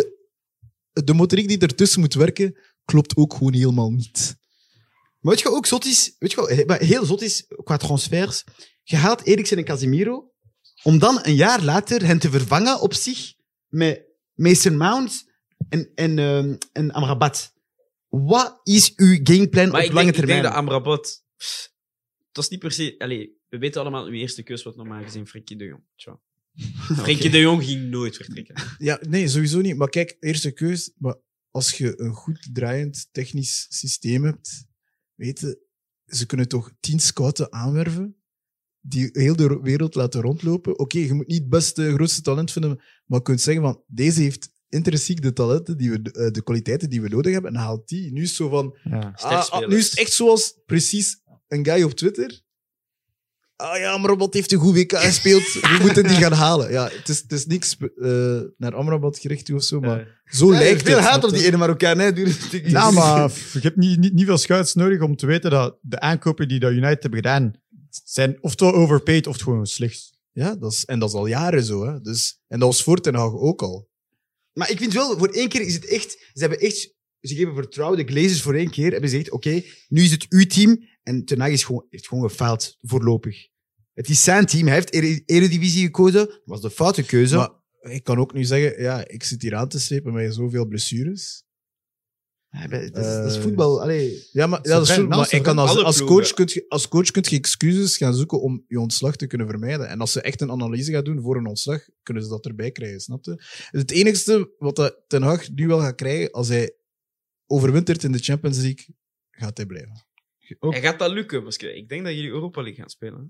de motoriek die ertussen moet werken, klopt ook gewoon helemaal niet. Maar weet je wat ook zot is? Weet je wat heel zot is qua transfers? Je haalt Eriksen en Casemiro om dan een jaar later hen te vervangen op zich met Mason Mount en Amrabat. Wat is uw gameplan Maar op lange ik denk termijn? dat Amrabat... Dat is niet per se... Allee, we weten allemaal, uw eerste keus wordt normaal gezien Frenkie de Jong. Tja. Frenkie de Jong ging nooit vertrekken. Ja, nee, sowieso niet. Maar kijk, eerste keus, maar als je een goed draaiend technisch systeem hebt, weet je, ze kunnen toch 10 scouten aanwerven die heel de wereld laten rondlopen. Oké, je moet niet het beste, grootste talent vinden, maar je kunt zeggen van, deze heeft intrinsiek de talenten, de kwaliteiten die we nodig hebben, en haalt die. Nu is het zo van, Sterspelers. nu is het echt zoals precies een guy op Twitter. Ah ja, Amrabat heeft een goed WK gespeeld. We moeten die gaan halen. Ja, het is niks naar Amrabat gericht toe of zo, maar zo Ja, lijkt veel het. haat op snap die je? ene Marokkaan. Hè? Ja, maar je hebt niet veel scouts nodig om te weten dat de aankopen die dat United hebben gedaan, zijn oftewel overpaid of gewoon slecht. Ja, dat is al jaren zo. Hè. Dus, en dat was voor Ten Hag ook al. Maar ik vind wel, voor één keer is het echt... Ze geven vertrouwen, de Glazers voor één keer hebben ze gezegd, oké, nu is het uw team. En Ten Hag heeft gewoon gefaald, voorlopig. Het is zijn team. Hij heeft Eredivisie gekozen. Dat was de foute keuze. Maar ik kan ook nu zeggen, ja, ik zit hier aan te slepen met zoveel blessures. Ja, dat is voetbal. Allee. Ja, maar, Dat is dat is toch goed, vreemd, maar ik kan alle als ploegen. coach kun je excuses gaan zoeken om je ontslag te kunnen vermijden. En als ze echt een analyse gaan doen voor een ontslag, kunnen ze dat erbij krijgen, snap je? Het enigste wat Ten Hag nu wel gaat krijgen, als hij overwintert in de Champions League, gaat hij blijven. En gaat dat lukken? Want ik denk dat jullie Europa League gaan spelen.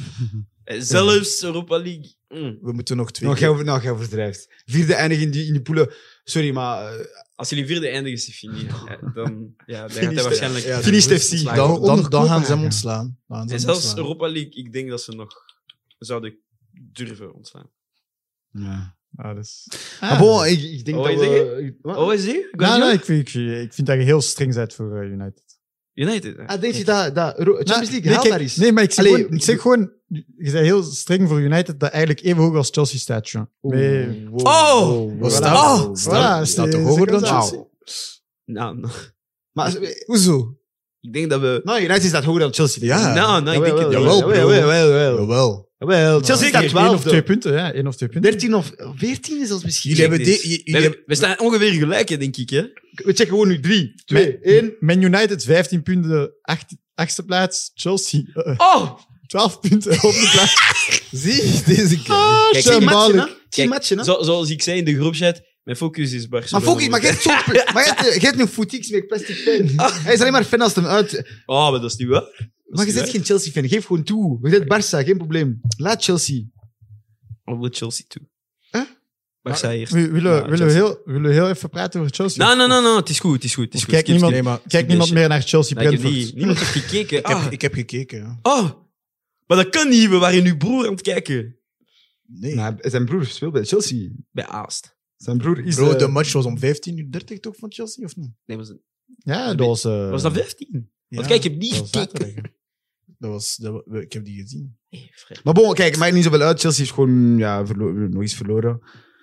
Zelfs Europa League. We moeten nog 2 Nou, jij overdrijft. Vierde eindigen in die poelen. Sorry, maar... Als jullie vierde eindigen, is het fini. Dan gaat hij Finished, waarschijnlijk... ja, Finished FC. ontslagen Dan, worden. dan gaan ze hem Kopenhagen. ontslaan. Dan gaan ze En hem zelfs ontslaan. Europa League, ik denk dat ze nog zouden durven ontslaan. Ja. Ah, dus... Maar bon, ik denk Oh, dat wat we... Oh, is die? Nou, ik vind dat je heel streng bent voor United. United. hè? Ah, denk je dat Champions League haalbaar kijk, is? nee, maar Allee, ik zeg gewoon, je bent heel streng voor United dat eigenlijk even hoog als Chelsea staat. Ja. Nee. Oh! Wat Voilà. staat- Oh, staat- voilà, staat c'est- toch hoger c'est dan comme ça. Chelsea? Nou, Maar Hoezo? Ik denk dat we... Nou, United staat hoger dan Chelsea. Ja. Nou, ik denk het niet. Jawel, bro. Jawel. Jawel. Chelsea staat 1 of 2 12e. punten, ja. 1 of 2 punten. 13 of 14 is als misschien. Jullie hebben... We, we staan ongeveer gelijk, hè, denk ik. Hè? We checken gewoon nu 3, 2, 1. Man United 15 punten, 8e plaats. Chelsea 12 punten, 11e plaats. Zie, deze keer. Kijk, 10 matchen, hè? symbolisch. 10 matchen, hè? Zoals ik zei in de groepchat, mijn focus is Maar Barcelona. focus, maar jij hebt een Footix met plastic fan. Hij is alleen maar fan als het hem uit... Oh, maar dat is niet waar. Maar je bent geen Chelsea-fan, geef gewoon toe. Je bent Barça, geen probleem. Laat Chelsea. Of wil Chelsea toe? Huh? Barça eerst. Willen we heel even praten over Chelsea? Nou, het is goed. Of kijkt niemand, Nee, maar- kijkt niemand meer naar Chelsea Nee, ik heb Brentford? niemand heeft gekeken. Ik heb gekeken, ja. Maar dat kan niet. We waren nu broer aan het kijken. Nee. Nou, zijn broer speelt bij Chelsea. Bij Aast. Zijn broer is... Bro, de match was om 15:30 toch van Chelsea, of niet? Nee, Ja, dat was... was dat 15? Ja, Want kijk, ik heb niet dat was gekeken. zaterdag. Ik heb die gezien. Nee, Fred. Maar bon, kijk, maakt niet zoveel uit. Chelsea is gewoon nog eens verloren.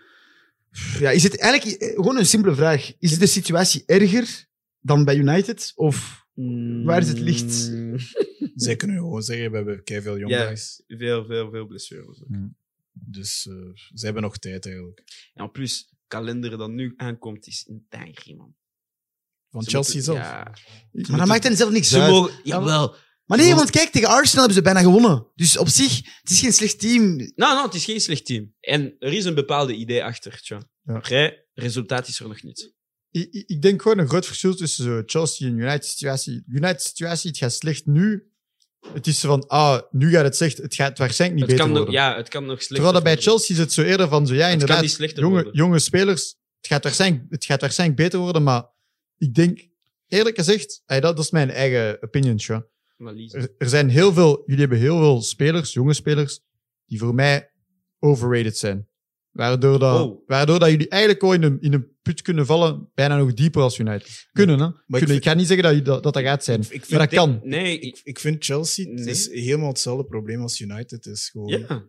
Ja, is het eigenlijk gewoon een simpele vraag. Is de situatie erger dan bij United? Of waar is het licht? Zij kunnen gewoon zeggen, we hebben keiveel jong Ja, guys. veel blessures. Dus ze hebben nog tijd eigenlijk. En plus, kalender dat nu aankomt, is een tijger, man. Van Ze Chelsea moeten- zelf. Ja. Maar dat maakt hen zelf niks Ze uit. mogen... Jawel. Maar nee, want kijk, tegen Arsenal hebben ze bijna gewonnen. Dus op zich, het is geen slecht team. Nou, het is geen slecht team. En er is een bepaalde idee achter, tja. Ja. Après, resultaat is er nog niet. Ik denk gewoon een groot verschil tussen zo Chelsea en United situatie. United situatie, het gaat slecht nu. Het is zo van, nu gaat het slecht, het gaat waarschijnlijk niet Het beter kan, nog, worden. ja, het kan nog slechter Terwijl dat bij worden. Chelsea is het zo eerder van, zo, ja, kan inderdaad, niet slechter worden. jonge spelers, het gaat waarschijnlijk beter worden, maar ik denk, eerlijk gezegd, dat is mijn eigen opinion, tja. Analyse. Er zijn jullie hebben heel veel spelers, jonge spelers, die voor mij overrated zijn. Waardoor dat jullie eigenlijk al in een put kunnen vallen, bijna nog dieper als United. Kunnen, hè? Maar Ik ga niet zeggen dat gaat zijn. Ik Maar dat kan. Nee, Ik vind Chelsea, het Nee. is helemaal hetzelfde probleem als United. Het is gewoon, ja.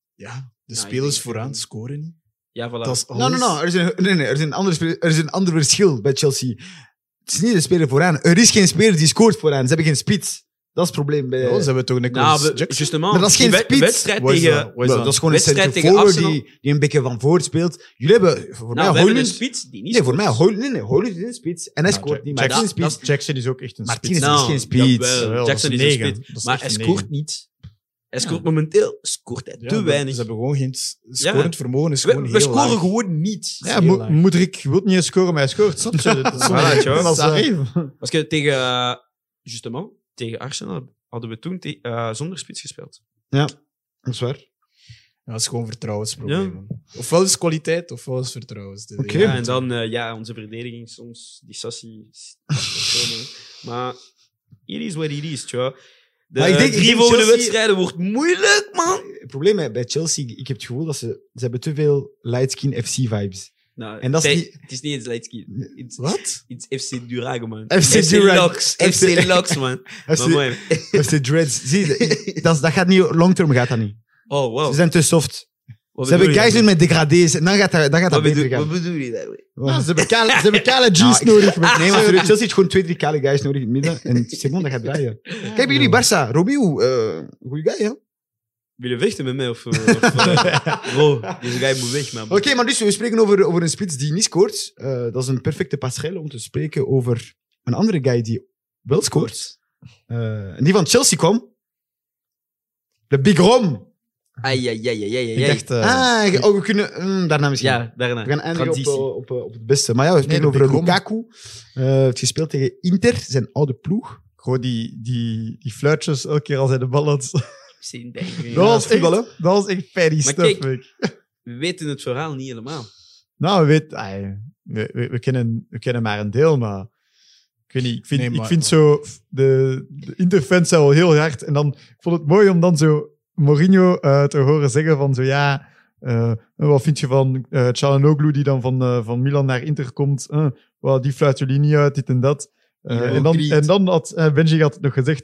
de ik spelers denk- vooraan scoren niet. Ja, voilà. Dat is alles. No. Er is een ander verschil bij Chelsea. Het is niet de speler vooraan. Er is geen speler die scoort vooraan. Ze hebben geen spits. Dat is het probleem bij... Ja, ze hebben toch Nicolas Nou, Jackson. justement, Maar dat is geen die spits. wedstrijd Wat is tegen... dat? Wat is dat is gewoon een wedstrijd center tegen forward Arsenal. die een beetje van voor speelt. Jullie hebben voor mij Nou, we hebben een Højlund... spits die niet Nee, voor mij scoort. Højlund is een spits. En hij scoort niet. maar Martinez is dat- spits. Jackson is ook echt een Martinez spits. is geen spits. jawel, Jawel, Jackson dat is is een 9. spits. Dat is Maar echt hij een scoort 9. niet. Hij scoort momenteel scoort hij te weinig. Ze hebben gewoon geen scorend vermogen. Is gewoon We heel scoren laag. gewoon niet. Ja, heel laag. Moedrik wil niet eens scoren, maar hij scoort. Snap je? Dat is Voilà, tja. dat is arrive. Als je tegen... justement, tegen Arsenal hadden we toen zonder spits gespeeld. Ja, dat is waar. Ja, dat is gewoon vertrouwensprobleem. man. Ofwel is kwaliteit, ofwel is vertrouwen. Oké. Ja, en dan onze verdediging soms, die Sassi. Maar it is what it is, tja. De Maar ik denk 3 volgende Chelsea- wedstrijden wordt moeilijk, man. Het probleem bij Chelsea, ik heb het gevoel dat ze hebben te veel lightskin FC-vibes. Nou, En dat is het niet- Het is niet eens Lightsky. Wat? Het is FC Durago, man. FC Durago. Lux. FC Lux, man. Maar mooi. FC Dreads. Zie je, dat gaat niet, long-term gaat dat niet. Oh, wow. Ze zijn te soft. Wat Ze hebben bedoel je guys met degradés en dan gaat dat Wat beter bedoel, gaan. wat bedoel je daarmee? Ja, ze hebben kale G's Nou, nodig. Nee, maar Chelsea heeft gewoon 2-3 kale guys nodig in het midden. En Simon, dat gaat draaien. Kijk bij jullie, Barça. Romeo, goeie guy, hè? Wil je vechten met mij? Bro, deze guy moet weg, man. Oké, maar dus we spreken over een spits die niet scoort. Dat is een perfecte passerelle om te spreken over een andere guy die wel scoort. En die van Chelsea kwam. De Big Rom. Ai. Ik dacht, We kunnen daarna misschien. Ja, daarna. We gaan eindigen Transitie. op het beste. Maar ja, we spreken de over Big Rom. Lukaku. Heeft gespeeld tegen Inter, zijn oude ploeg. Gewoon die fluitjes elke keer als hij de bal had. Dat Dat voetbal, hè? was echt fatty Maar stuff. kijk, weet ik. We weten het verhaal niet helemaal. Nou, we kennen maar een deel, maar ik weet niet. Ik vind zo de Interfans zijn wel heel hard. En dan, ik vond het mooi om dan zo Mourinho te horen zeggen van zo ja, wat vind je van Çalhanoğlu die dan van Milan naar Inter komt? Well, die fluit jullie niet uit, dit en dat. En dan had Benji had nog gezegd,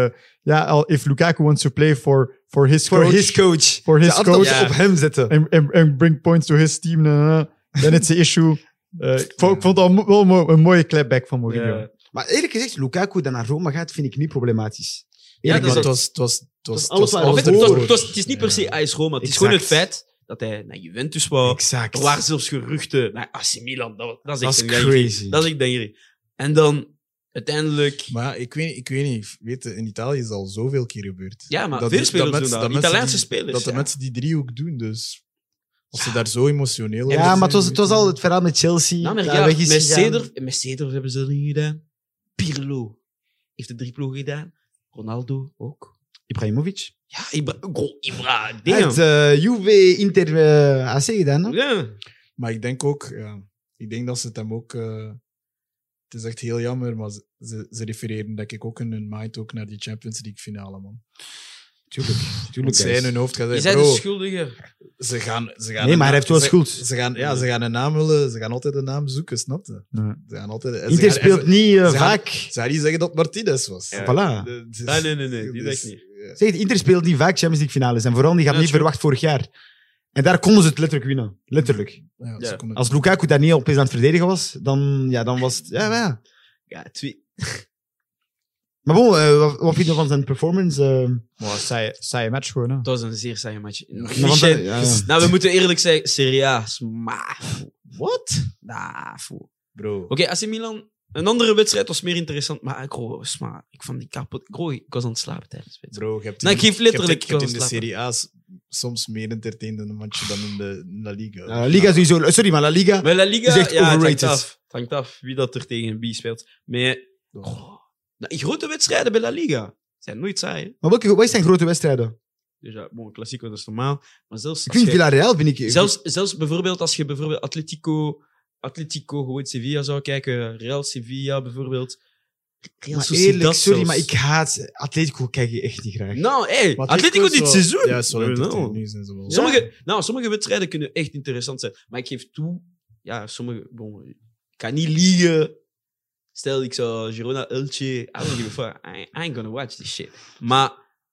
if Lukaku wants to play for his Voor coach, his coach. for his Altijd coach, Ja. op hem zetten. and bring points to his team, then it's an issue. Ik vond dat wel een mooie clapback van Mourinho. Ja. Maar eerlijk gezegd, Lukaku dat naar Roma gaat, vind ik niet problematisch. Ja, Eerlijk dat gezegd. Het was alles waar- Of alles het is niet per se AS Roma. Het is gewoon het feit dat hij naar Juventus wou. Exact. Er waren zelfs geruchten naar AC Milan. Dat is Dat echt is een gangrie. crazy. Dat is echt dangering. En dan, uiteindelijk... Maar ja, ik weet niet. Weet je, in Italië is het al zoveel keer gebeurd. Ja, maar Dat- veel dat spelers mensen- doen dat. mensen Italiaanse die- spelers. Dat de ja. mensen die driehoek doen, dus... Als ze daar zo emotioneel over Ja, zijn, maar het was weet al je. het verhaal met Chelsea. Nou, maar dat ja, weg is met gegaan. Seedorf hebben ze dat niet gedaan. Pirlo heeft de driehoek gedaan. Ronaldo ook. Ibrahimovic. Ja, Ibra. Hij Damn. heeft Juve, Inter, AC gedaan. Hè? Ja. Maar ik denk ook... Ja, ik denk dat ze het hem ook... het is echt heel jammer, maar ze refereren denk ik ook in hun mind ook naar die Champions League finale, man. Tuurlijk. Want zij in hun hoofd gaan Je zeggen, bent de bro, schuldige. ze gaan Nee, maar hij heeft wel schuld. Ze gaan een naam willen, ze gaan altijd een naam zoeken, snap je? Ja. Ze gaan altijd... ze Inter gaan- speelt ze- niet ze gaan- vaak. Ze gaan niet zeggen dat Martinez was. Ja. Voilà. Nee, die Dus, denk ik niet. ja. Zeg, Inter speelt niet vaak Champions League finales. En vooral, die gaat Ja, niet true. verwacht vorig jaar. En daar konden ze het letterlijk winnen. Letterlijk. Ja, Ja. ze konden- Als Lukaku daar niet opeens aan het verdedigen was, dan was het... Ja, maar ja. Ja, twee. Maar bon, wat vind je van zijn performance? Maar saaie match gewoon, hè. Het was een zeer saaie match. Ja, want, ja. Nou, we moeten eerlijk zeggen, Serie A. Maar... Wat? Nah, foe. Bro, Oké, AC Milan, een andere wedstrijd was meer interessant, maar ik vond die kapot. Ik was aan het slapen tijdens de wedstrijd. bro, je hebt Nee, ik geef letterlijk je hebt in de slapen. Serie A soms meer entertainende matchen dan in de La Liga. La Liga sowieso... Sorry, maar La Liga... Maar La Liga, is echt ja, het hangt overrated. af. Het hangt af wie dat er tegen wie speelt. Maar nou, grote wedstrijden bij La Liga zijn nooit saai. Hè? Maar wat zijn grote wedstrijden? Dus ja, bon, Classico, dat is normaal. Maar zelfs Ik als vind je- Villarreal, vind ik... zelfs bijvoorbeeld als je bijvoorbeeld Atletico gewoon Sevilla zou kijken, Real Sevilla bijvoorbeeld. Real Maar Sociedad eerlijk, sorry, zelfs. maar ik haat... Atletico kijk je echt niet graag. Nou, hey, Maar Atletico is dit wel- seizoen. Ja, is wel Nou. entertaining. Nu zijn ze wel. Ja. Sommige wedstrijden kunnen echt interessant zijn. Maar ik geef toe, ja, sommige... Bon, ik kan niet liegen. Stel, ik zou Girona Elche... I don't give a fuck. I ain't gonna watch this shit. Maar,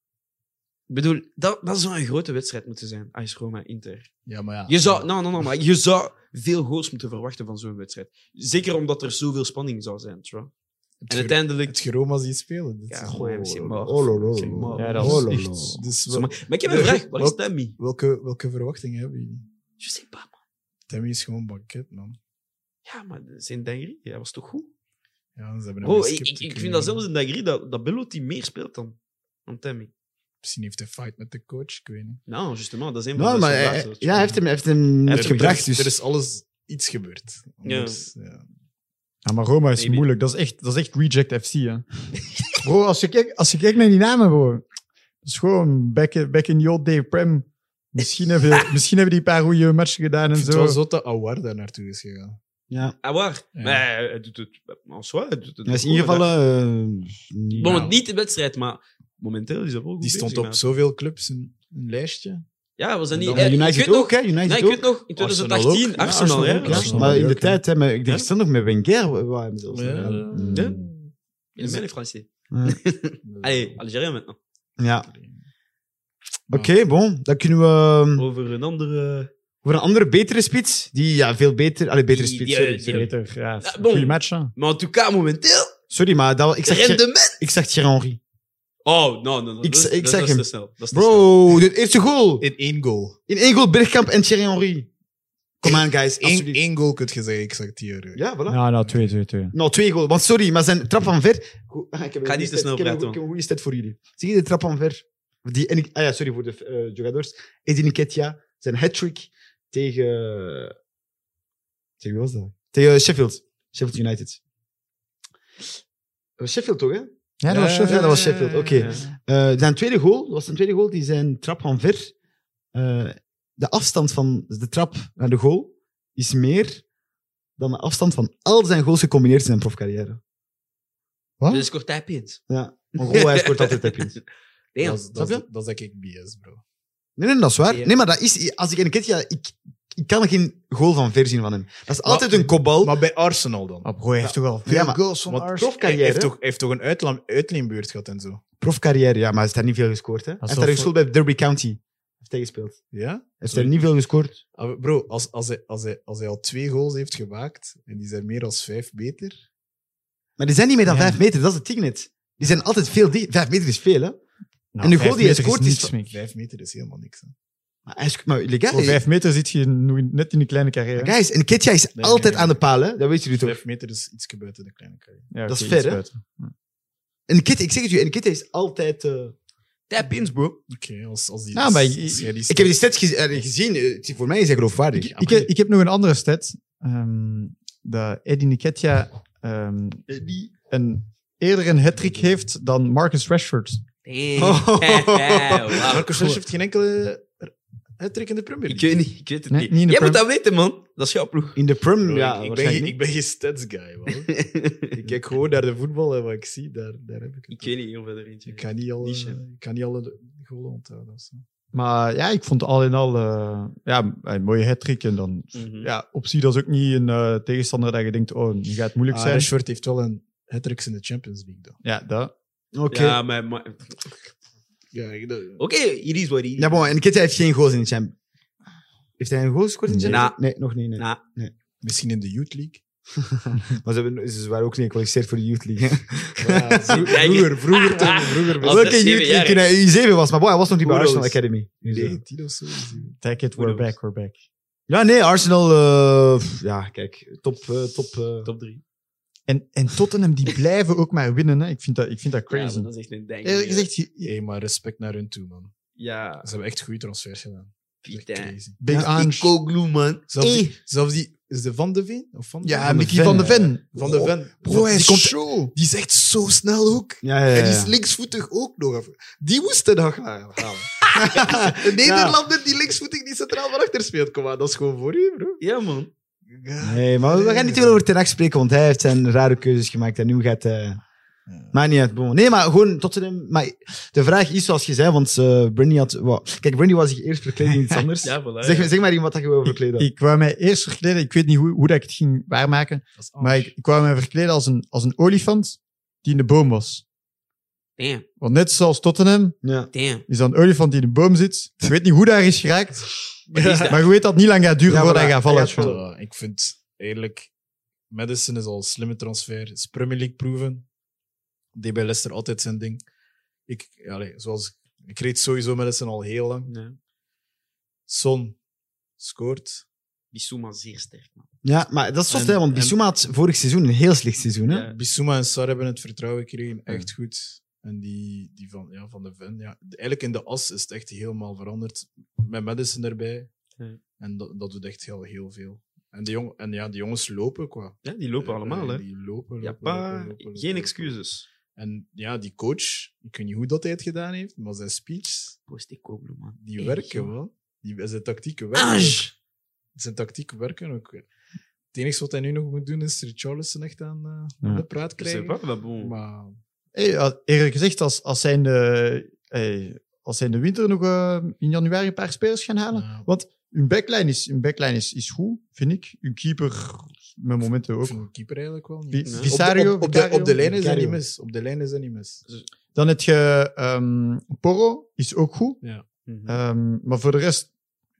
ik bedoel, dat zou een grote wedstrijd moeten zijn. AS Roma, Inter. Ja, maar ja. Je zou... maar je zou veel goals moeten verwachten van zo'n wedstrijd. Zeker omdat er zoveel spanning zou zijn, trouw. En uiteindelijk... Het Roma die spelen. Dat Ja, is- gewoon MC Mar. Oh, lol. MC Mar. Ja, dat is Oh, lol. echt... Dus Maar ik heb een vraag. Waar is Tammy? welke verwachtingen hebben jullie? Je sais pas, man. Tammy is gewoon banket, man. Ja, maar zijn Dangri, hij was toch goed? Ja, ze hebben hem Bro, geskipt, ik weet vind dat niet. zelfs in Dangri dat Belotti meer speelt dan Tammy. Misschien heeft hij fight met de coach, ik weet niet. Nou, justement, dat is een van Nou, de maar soldaten. hij heeft hem niet Er- gebracht, dus... Er is alles iets gebeurd. Anders, ja. Ja, maar Roma is Maybe. moeilijk. Dat is echt reject FC, hè. Bro, als je kijkt naar die namen, bro. Dat is gewoon back in the old day Prem. Misschien hebben die een paar goede matchen gedaan en Het was zo. wel zo dat Awar daar naartoe is gegaan. Ja. Ah, waar? Ja. Maar hij doet het en soi, hij doet het Hij is goed, ingevallen... hè. Bon, niet de wedstrijd, maar momenteel is dat wel goed Die stond bezig, op man. zoveel clubs in een lijstje. Ja, was dat niet... dan ik United weet ook, hè? nog, United nee, ik ook. weet nog, in Arsenal 2018, ook. Ja, Arsenal, hè? ook, ja. Arsenal. Maar in de ook, tijd, hè, maar ik denk Ja. stel nog met Wenger. Waar hebben zelfs Ja. gedaan. Ja. Il est bien les Français. Ja. Allez, Algérien maintenant. Ja. Oké, bon. Dan kunnen we Over een andere... over een andere, betere spits. Die, ja, veel beter... Allee, betere Die- spits, die- sorry. die- Beter, ja. Ja, bon. Goeie match, hè. Maar en tout cas, momenteel, Sorry, maar rendement... ik zag Thierry Henry. Oh, no. Ik dat zag is hem. te snel. Dat is te snel. Bro, de eerste goal. In 1 goal. In 1 goal Bergkamp en Thierry Henry. Kom aan, guys. Alsjeblieft. 1 goal kun je zeggen, ik zag het hier. Ja, voilà. Ja, nou, 2. Nou, 2 goals. Want sorry, maar zijn trap van ver... Goed, ik heb Ga een niet te goede snel stat- ik heb praten, een goede stat voor jullie. Zie je de trap van ver? Sorry voor de jogadors. Edin Nketiah, zijn hat-trick tegen... Tegen wie was dat? Tegen Sheffield. Sheffield United. Sheffield toch, hè? Ja, dat was Ja, dat was Sheffield. Sheffield. Oké. Zijn tweede goal, was zijn tweede goal, die zijn trap van ver. De afstand van de trap naar de goal is meer dan de afstand van al zijn goals gecombineerd in zijn profcarrière. Dus hij scoort hij pint. Ja. Maar goal, hij scoort altijd tapins. Damn. Dat Snap je? is denk ik BS, bro. Nee, dat is waar. Ja. Nee, maar dat is... Als ik een keer... Ik kan geen goal van ver zien van hem. Dat is altijd een kopbal. Maar bij Arsenal dan? Maar bro, hij heeft toch wel veel Ja, maar- goals van Want Arsenal. hij Profcarrière. heeft toch een uitleenbeurt gehad en zo. Profcarrière, ja, maar hij heeft daar niet veel gescoord. Hè. Hij heeft wel daar gespeeld bij Derby County. Heeft hij gespeeld. Hij Ja? heeft daar niet veel gescoord. Bro, als hij al 2 goals heeft gemaakt en die zijn meer dan 5 beter, Maar die zijn niet meer dan 5 meter, dat is het ding net. Die zijn altijd veel 5 meter is veel, hè. Nou, En de goal 5 die hij meter scoort niets, is... Mick. 5 meter is helemaal niks. Hè. Maar legaal, Voor 5 meter zit je net in een kleine carrière. guys, en Ketja is Nee, altijd nee. aan de paal, hè. Dat weet jullie toch? 5 meter is iets buiten de kleine carrière. Ja, dat is oké, ver, iets hè? buiten. En Ketja, ik zeg het je, en Ketja is altijd... Tap-ins, bro. Oké, als die... Ja, maar als jij die Ik heb die stats gezien, voor mij is hij geloofwaardig. Ik heb nog een andere stat. Dat Eddie Nketiah eerder een hat-trick heeft dan Marcus Rashford. Damn. Oh. Wauw. Marcus Rashford heeft geen enkele hat-trick in de Premier Ik League. weet niet, ik weet het Nee, niet. niet in de Jij moet Prem- dat weten, man. Dat is jouw ploeg. In de Prem, Bro, ja, ik ben geen stats guy, man. Ik kijk gewoon naar de voetbal en wat ik zie, daar heb ik het. Ik weet niet hoeveel er eentje. Ik kan niet alle, Niche. ik kan niet alle goalen onthouden. of zo. Maar ja, ik vond al in al een mooie hat-trick. En dan, Mhm. optie, dat is ook niet een tegenstander dat je denkt, oh, nu gaat het moeilijk zijn. Rashford heeft wel een hat-trick in de Champions League. Dan. Ja, dat. Oké. Ja, maar... Ja, Oké, it is what it is. Ja, bon, en Ketja heeft geen goals in de Champions. Heeft hij een goal gescoord in de Nee. Champions? Nee, nog niet. Nee. Nah. misschien in de Youth League. Maar ze waren ook niet gekwalificeerd voor de Youth League. Hè. Ja, vroeger toch. Vroeger Als Welke dat Youth 7 League jaar toen hij U7 was? Maar bon, hij was nog niet bij Who Arsenal knows? Academy. Dus, 19 of zo. Take it, we're back. ja, nee, Arsenal... ja, kijk, top... Top 3. En Tottenham, die blijven ook maar winnen. Hè. Ik vind dat crazy. Ja, dat is echt een ding. Eerlijk gezegd, Hey, maar respect naar hun toe, man. Ja. Ze hebben echt goede transfers gedaan. Echt Piet, hè. crazy. Big Ja, Ange. Koglu, man. Zelfs die... Is de Van de Veen? Of Van de Ja, Ven? Mickey van de Ven. Van de Ven. Bro, hij die, is komt, zo. die is echt zo snel ook. Ja. En die is linksvoetig ook nog. Die moesten nog halen. Een Nederlander die linksvoetig die centraal van achter speelt. Kom maar, dat is gewoon voor u, bro. Ja, man. Nee, maar we gaan niet te veel over Ten Hag spreken, want hij heeft zijn rare keuzes gemaakt en nu gaat... Maar niet uit. Bon. Nee, maar gewoon Tottenham. Maar de vraag is zoals je zei, want Brandy had... Kijk, Brandy was zich eerst verkleed in iets anders. Ja, voilà. Zeg maar iemand dat je wil verkleden. Ik wou mij eerst verkleden. Ik weet niet hoe dat ik het ging waarmaken. Dat is Maar ik wou mij verkleden als een olifant die in de boom was. Damn, Want net zoals Tottenham Ja. damn. is dat een olifant die in de boom zit. Je weet niet hoe daar is geraakt. Maar die is daar. Maar je weet dat het niet lang gaat duren Ja, voordat voilà. hij gaat vallen. Hij gaat vallen. Ja, ik vind eigenlijk... Madison is al een slimme transfer. Het is Premier League proven. Deed bij Leicester altijd zijn ding. Ik reed sowieso Madison al heel lang. Ja. Son scoort. Bissouma zeer sterk, man. Ja, maar dat is zot, En- hè, want en- Bissouma had vorig seizoen een heel slecht seizoen. Hè? Ja. Bissouma en Sar hebben het vertrouwen gekregen. Echt goed. En die van de Ven. Ja, eigenlijk in de as is het echt helemaal veranderd. Met Madison erbij. Ja. En dat doet echt heel veel. En die jongens lopen qua. Ja, die lopen allemaal, hè. Die lopen. Ja, geen lopen. excuses. En ja, die coach, ik weet niet hoe dat hij het gedaan heeft, maar zijn speech, Postecoglou, man. die Echt, werken joh. wel. Zijn tactieken werken. Ange! Zijn tactieken werken ook. Het enige wat hij nu nog moet doen is Richarlison echt aan Ja. de praat C'est krijgen. pas, maar bon. Maar Eerlijk gezegd, als zij in de winter nog in januari een paar spelers gaan halen. ja, Want hun backline is goed, vind ik. Hun keeper, met momenten ik ook. vind de keeper eigenlijk wel Pi- niet. Vicario, Op de lijn is dat Vicario. niet mis. Op de lijn is dat niet mis. Dan heb je Porro, is ook goed. Ja. Mhm. Maar voor de rest,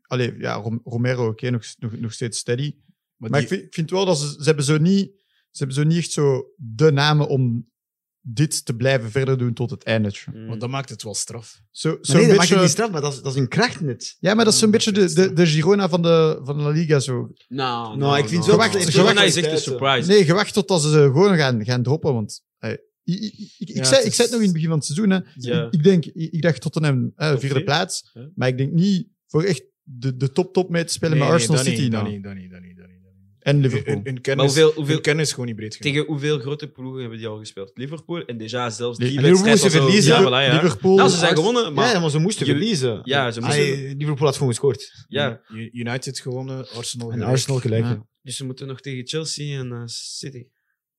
Romero, oké, nog steeds steady. Maar die- ik vind wel dat ze hebben zo niet echt zo de namen om dit te blijven verder doen tot het einde. Mm. want dat maakt het wel straf. Zo Maar nee, een dat maakt beetje, het niet straf, maar dat is een kracht net. ja, maar dat is zo'n beetje de Girona van de La Liga. Zo. Nou, ik vind zo- Girona is echt een kwaliteiten. surprise. Nee, gewacht totdat ze gewoon gaan droppen. Want ik zei het nog in het begin van het seizoen. Hè. Ja. Ik dacht Tottenham vierde vier. plaats. Ja. Maar ik denk niet voor echt de top mee te spelen met Arsenal dat City. niet, nou. dat niet. En Liverpool. Hun Maar kennis, hoeveel hun kennis is gewoon niet breed genoeg. tegen hoeveel grote ploegen hebben die al gespeeld? Liverpool en déjà zelfs Nee, die en Liverpool wedstrijd moesten was zo- verliezen. Ja, voilà, ja. Liverpool. Nou, ze zijn gewonnen, maar Ja, maar ze moesten Je- verliezen. ja, ze moesten. Liverpool had gewoon gescoord. Ja, United gewonnen, Arsenal En gelijk. Arsenal gelijk. Ja. Ja. dus ze moeten nog tegen Chelsea en City. Nee,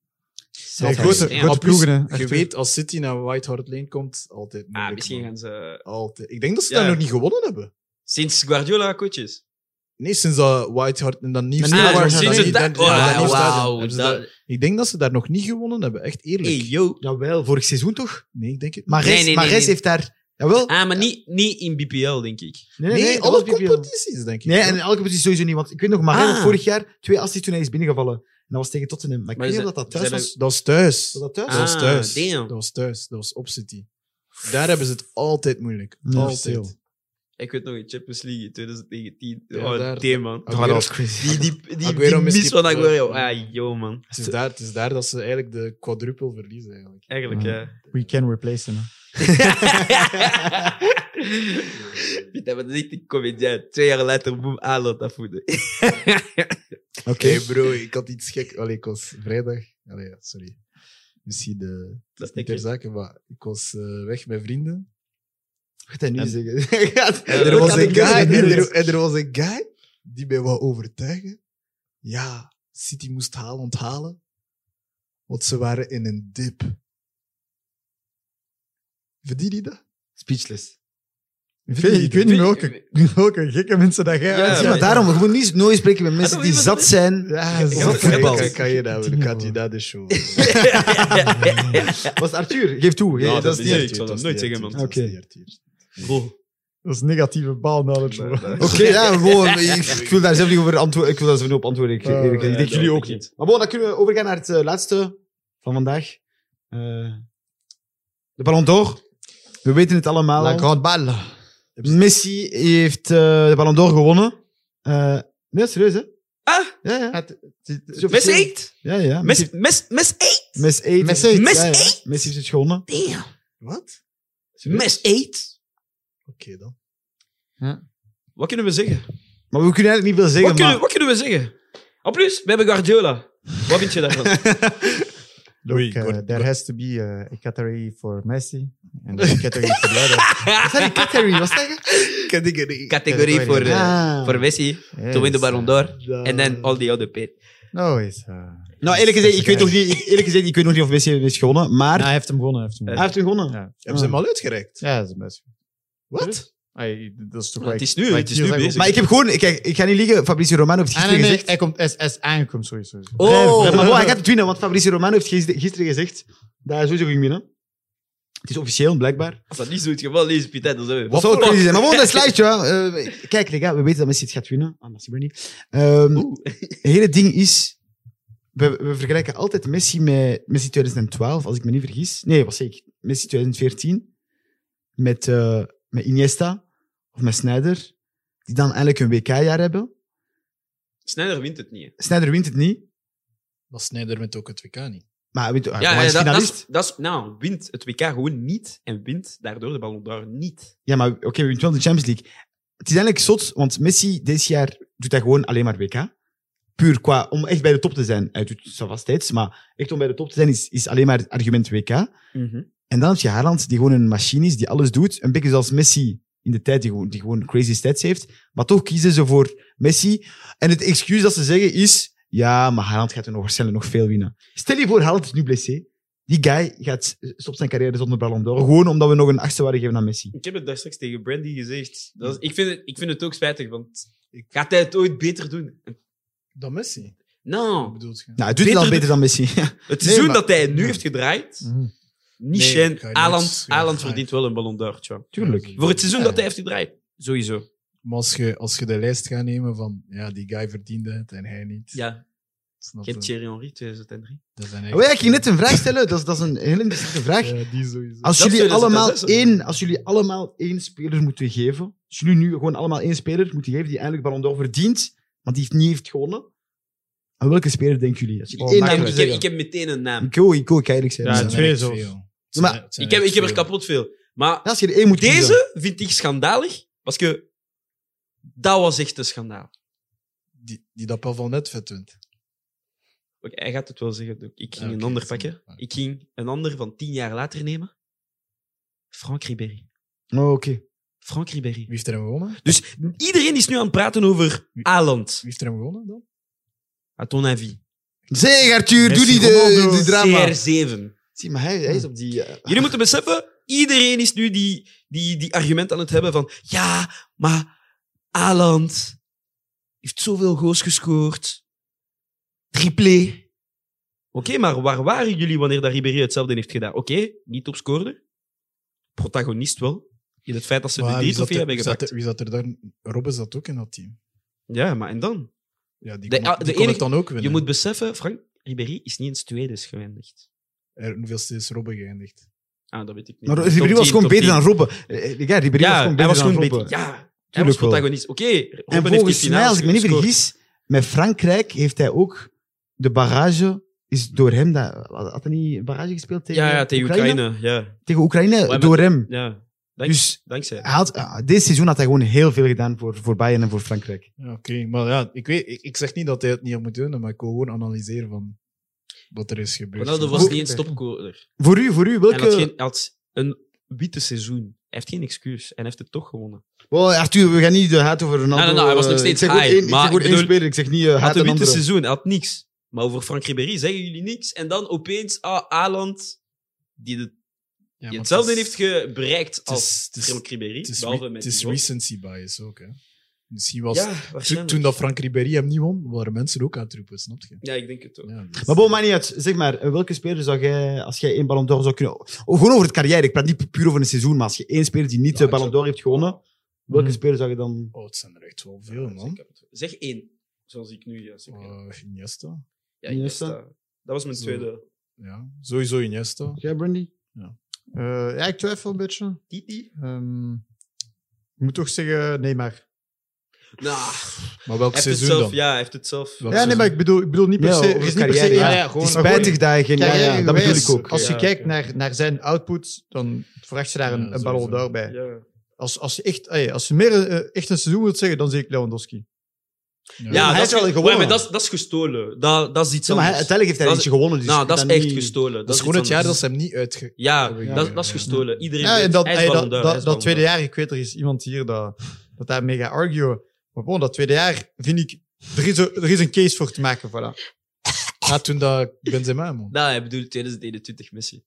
Zelfs grote Ja. Maar plus, ploegen. Hè. je Echt, weet, als City naar White Hart Lane komt, altijd moeilijk, Misschien man. gaan ze... Altijd. Ik denk dat ze Ja. daar nog niet gewonnen hebben. Sinds Guardiola coach is. Nee, sinds dat White Hart en dan nieuw Maar stadion- nee, Ah, sinds dat het... niet- dat- dat- ja, dat nieuw stadion. Wauw, Hebben ze dat... daar- Ik denk dat ze daar nog niet gewonnen hebben, echt eerlijk. Hey, yo. Jawel, vorig seizoen toch? Nee, ik denk het Maar Nee, nee, nee. heeft daar... Jawel. Ah, maar niet in BPL, denk ik. Nee, dat alle was BPL. competities, denk ik. Nee, en in elke positie sowieso niet. Want ik weet nog, Marais Ah. had vorig jaar 2 assists toen hij is binnengevallen. dat was tegen Tottenham. Maar ik Maar weet niet ze- of dat ze thuis hebben- was. Dat was thuis. Was dat thuis? Dat was thuis. damn. Dat was thuis. Dat was op City. Daar hebben ze het altijd moeilijk. Ja, Altijd. stil. Ik weet nog in Champions League in 2019. Ja, Oh, daar- damn, man. Oh, dat was crazy. Die Aguero mis miskipt, van Aguero. Yo, man. Het is daar dat ze eigenlijk de quadruple verliezen. Eigenlijk. Eigenlijk, ja. We can replace him. Hè. Dat was niet een comedian. 2 jaar later, boem, Haaland afvoeden. Oké. Hey bro, ik had iets gek. Allee, ik was vrijdag. Allee, ja, sorry. Misschien Dat is niet ter zake, maar ik was weg met vrienden. Wat hij nu En- zeggen? En er was een guy, en er was een guy die mij wou overtuigen. Ja, City moest Haaland halen. Want ze waren in een dip. Verdien je dat? Speechless. Ik weet niet meer welke gekke mensen dat jij Ja, Ja, uitzet. maar daarom, je moet niet nooit spreken met mensen Ah, die toch, zat zijn. Ja, Ik zat had zijn. voetbal. Kan je dat? Tien Dan gaat hij euro. naar de show. Was het Arthur? Geef toe. Ja, dat is dat niet... is- ik zal dat nooit zeggen, man. Oké. Bro. Dat is negatieve baalknowledge. Oké, ja, gewoon, ik wil daar zelf niet over antwoorden. Ik wil daar zelf niet op antwoorden. Ik Oh, denk dat jullie ook ook niet. niet. Maar bon, dan kunnen we overgaan naar het laatste van vandaag. De Ballon d'Or. We weten het allemaal. La al. grande balle. Messi heeft de Ballon d'Or gewonnen. Nee, serieus, hè? Ah, Ja, ja. Het- Zo Mes officieel. 8. Ja, ja. Mes 8. Mes 8. Mes Ja, ja. 8. Messi heeft het gewonnen. Damn. Wat? Mes 8. Oké dan. Wat kunnen we zeggen? Maar we kunnen eigenlijk niet veel zeggen. Wat kunnen we zeggen? En plus, we hebben Guardiola. Wat vind je daarvan? Look, there has to be a category for Messi and a category for the other. Wat zei die category? Wat zeg je? Categorie voor, Ah. voor Messi. Yes, To win the Ballon d'Or. En dan all the other pit. No, is. Nou, eerlijk gezegd, ik weet nog niet of Messi heeft gewonnen, maar hij heeft hem gewonnen. hij heeft hem gewonnen. Ja, Hebben ze hem al uitgereikt? ja, dat is best. Wat? Dat is toch Maar wat het is ik- nu, wat het ik is hier nu zeg. bezig. Maar ik heb gewoon, kijk, ik ga niet liegen, Fabrizio Romano heeft Ah, gisteren nee, nee, gezegd... hij is aangekomen, sorry. Oh, Maar bon, hij gaat het winnen, want Fabrizio Romano heeft gisteren gezegd dat hij sowieso ging winnen. Het is officieel, blijkbaar. Als dat niet zo het geval is, Pieter, dan zijn we... Dat zou crazy zijn. Maar gewoon een slijtje. Kijk, les we weten dat Messi het gaat winnen. Ah, merci, Bernie. Het hele ding is... We vergelijken altijd Messi met Messi 2012, als ik me niet vergis. Nee, wat zeg ik? Messi 2014. Met Iniesta. Of met Sneijder. Die dan eigenlijk een WK-jaar hebben. Sneijder wint het niet. Hè. Sneijder wint het niet. Maar Sneijder wint ook het WK niet. Maar hij Ja, is finalist. nou, wint het WK gewoon niet en wint daardoor de Ballon d'Or niet. Ja, maar oké, we wint wel de Champions League. Het is eigenlijk zot, want Messi dit jaar doet hij gewoon alleen maar WK. Puur om echt bij de top te zijn. Hij doet het vast steeds, maar echt om bij de top te zijn is alleen maar het argument WK. En dan heb je Haaland, die gewoon een machine is, die alles doet. Een beetje zoals Messi in de tijd, die gewoon crazy stats heeft. Maar toch kiezen ze voor Messi. En het excuus dat ze zeggen is... Ja, maar Haaland gaat er waarschijnlijk nog veel winnen. Stel je voor, Haaland is nu blessé. Die guy stopt zijn carrière zonder Ballon d'Or. Gewoon omdat we nog een 8e waren geven aan Messi. Ik heb het daar straks tegen Brandy gezegd. Ik vind het ook spijtig, want gaat hij het ooit beter doen? Dan Messi? Nou, Wat bedoelt je? Nou, hij doet het al Beter beter dan Messi. het seizoen maar- dat hij nu heeft gedraaid, Mhm. niet Nee, Shane. ga je Haaland niet- ja, Haaland ga je- verdient wel een Ballon d'Or, tja. Tuurlijk. Voor het seizoen Ja. dat hij heeft gedraaid, sowieso. Maar als je de lijst gaat nemen van... Ja, die guy verdiende het en hij niet. Ja, Snap je hebt je? Thierry Henry 2003. Dat zijn echt- Oh ja, ik ging net een vraag stellen. Dat is een hele interessante vraag. Ja, die sowieso. Als Dat jullie, zullen ze- allemaal dat is- als jullie allemaal één speler moeten geven, als jullie nu gewoon allemaal één speler moeten geven die eigenlijk Ballon d'Or verdient, maar die niet heeft gewonnen, aan welke speler denken jullie? Als jullie één naam Ik moeten heb, zeggen. ik heb meteen een naam. Ik ga eerlijk zijn. Ja, Ja, Het zijn twee echt zelfs. veel. Maar Het zijn Ik heb echt er veel. kapot veel. Maar als je er één moet kiezen. deze vind ik schandalig, parce dat was echt een schandaal. Die dat Pavel net vet vindt. Oké, hij gaat het wel zeggen. Ik ging Ja, een oké, ander dat is pakken. goed. Ik ging een ander van 10 jaar later nemen. Frank Ribéry. Oh, oké. Frank Ribéry. Wie heeft er hem gewonnen? Dus iedereen is nu aan het praten over Haaland. Wie heeft er hem gewonnen dan? À ton avis. Zeg, Arthur, doe Messi, die Ronaldo, die drama. CR7. Zie, maar hij is op die... Jullie moeten beseffen, iedereen is nu die argument aan het hebben van ja, maar Haaland heeft zoveel goals gescoord. Triplé. Oké, maar waar waren jullie wanneer dat Ribéry hetzelfde heeft gedaan? Oké, niet topscorer. Protagonist wel. In het feit dat ze de Maar 3 wie zat trofee er- hebben wie zat gepakt. er- Wie zat er dan? Robben zat ook in dat team. Ja, maar en dan? Ja, die De- kon, die de kon enige- het dan ook winnen. Je moet beseffen, Frank Ribéry is niet eens tweede geëindigd. Hoeveelste is Robben geëindigd? Ah, dat weet ik niet. Maar Top Ribéry 10, was gewoon top beter 10. dan Robben. Ja, Ribéry was Ja, gewoon hij beter was dan gewoon Robben. beter. Ja, hij was Tuurlijk wel. protagonist. Oké, En Robben heeft volgens die mij, als ik me niet finales vergis, met Frankrijk heeft hij ook de barrage is door hem. Had hij niet een barrage gespeeld tegen Ja, tegen Oekraïne. Ja, Tegen Oekraïne, maar- door hem. ja. Dus Dankzij. hij had, dit seizoen had hij gewoon heel veel gedaan voor Bayern en voor Frankrijk. Ja, oké. Maar ja, ik zeg niet dat hij het niet had moeten doen, maar ik wil gewoon analyseren van wat er is gebeurd. Ronaldo was niet eens topscorer. Voor u, Hij welke... had een witte seizoen. Hij heeft geen excuus. En hij heeft het toch gewonnen. Well, Arthur, we gaan niet de haat over Ronaldo. Nee, hij was nog steeds ik zeg high, één, maar ik zeg ik één bedoel, speler, ik zeg niet Hij haat had een een witte andere. seizoen. Hij had niks. Maar over Frank Ribéry zeggen jullie niks. En dan opeens, Haaland, die Ja, hetzelfde het heeft bereikt het als is- Frank Ribéry. Het is, behalve re- met het is die goal. recency bias ook. Hè. Misschien was, Ja, toen, waarschijnlijk. toen dat Frank Ribéry hem niet won, waren mensen ook aan het roepen, snap je? Ja, ik denk het ook. Ja, dus- Maar bon, maakt niet uit. Zeg maar, welke speler zou jij, als jij één Ballon d'Or zou kunnen... gewoon over het carrière, ik praat niet puur over een seizoen, maar als je één speler die niet de Ja, Ballon d'Or heeft gewonnen, welke speler zou je dan... Oh, het zijn er echt wel veel, man. Zeg één. Zoals ik nu zeg. Iniesta. Ja, Iniesta. Iniesta. Dat was mijn Zo. tweede. Ja, sowieso Iniesta. Jij, Brandy? Ja, ik twijfel een beetje. Titi? Ik moet toch zeggen, Neymar. Nou, Maar welk hij heeft het seizoen zelf. dan? Ja, hij heeft het zelf. Welk Ja, nee, seizoen? maar ik bedoel niet per Ja, se... over Er is niet per carrière, se... ja. één- Ja, gewoon- Het is spijtig dat je geen... Ja, carrière ja, dat bedoel geweest. ik ook. Als je Ja, kijkt oké. naar zijn output, dan verwacht je daar Ja, een Ballon sowieso. d'Or bij. Ja. Als je echt, als je meer echt een seizoen wilt zeggen, dan zeg ik Lewandowski. Ja, maar hij dat heeft wel is, gewonnen. maar dat is gestolen. Dat is iets Ja, maar anders. uiteindelijk heeft hij Dat eentje is- gewonnen. Dus Nou, je dat is kan echt niet- gestolen. Dat is iets gewoon het jaar dat anders. ze hem niet uitge... Ja, Ja, dat is gestolen. Iedereen Ja, weet, en dat, hij is hey, Ballon d'Or, hij is dat Ballon tweede d'Or. jaar, ik weet, er is iemand hier dat daar mee gaat arguen. Maar gewoon, dat tweede jaar vind ik... Er is een case voor te maken, voilà. Toen dat Benzema, man. Nou, hij bedoelt 2021 Messi.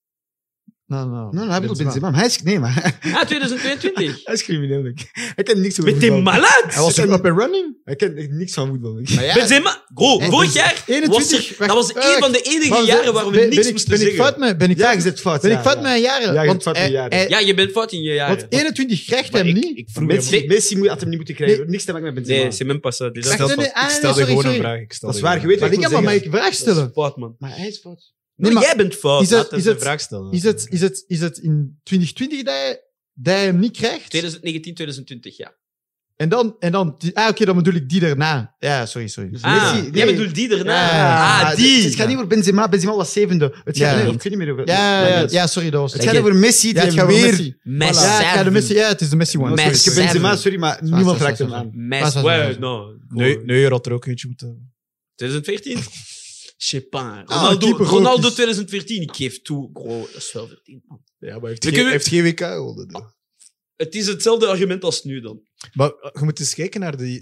Nou, hij bedoelt Benzema. Maar hij is... Nee, maar Ah, 2022. hij is crimineel. denk ik. Hij kent niks over Met die voetbal. malade. Hij was toch up and running? Hij kent echt niks van voetbal. denk ik. Maar ja, Benzema, bro, En vorig dus jaar 21, dat was een van de enige maar jaren waar we ben- niks ben moesten ben ik zeggen. fout met, ben ik Ja, fout, je zit fout. ben ja, ik fout ja. met mijn jaren? Ja, je want hebt fout met jaren. Ja, je bent fout in je jaren. want 21 krijgt Maar hem ik- niet. Ik vroeg hem... Messi had hem niet moeten krijgen. Niks te maken met Benzema. Nee, c'est même pas ça. Déjà. Wacht, stelde nee, nee, stelde sorry, gewoon sorry. een vraag. Ik stelde Dat is waar, gewoon je weet Maar wat ik ik kan wil maar zeggen. ik vraag Dat is stellen. fout, man. Maar hij is fout. Nee, maar- jij bent fout. Is het- Laat hem is zijn het- vraag stellen. Is het in 2020 dat hij hem niet krijgt? 2019, 2020, ja. En dan oké, dan bedoel ik die daarna. Ja, sorry. Dus Ah, Messi, jij nee. bedoelt die erna. Ja, Ah, die. Het gaat niet over Benzema. Benzema was zevende. Het gaat Ja. nee, ik weet niet meer over. Ja, sorry, dat was Het gaat over Messi, Ja, die het gaat over weer... Messi. Messi. Ja, het gaat de Messi. Ja, het is de Messi one. Messi. Ik heb Benzema, sorry, maar niemand raakt hem aan. Messi. Was- Ouais, non. Neuer had er ook eentje moeten hebben. 2014? Je sais pas. keeper Ronaldo ook is- 2014, ik geef toe, bro, dat is wel verdiend, man. Ja, maar hij heeft, We geen, kunnen- heeft geen WK gewonnen. dus. Het is hetzelfde argument als nu dan. Maar je moet eens kijken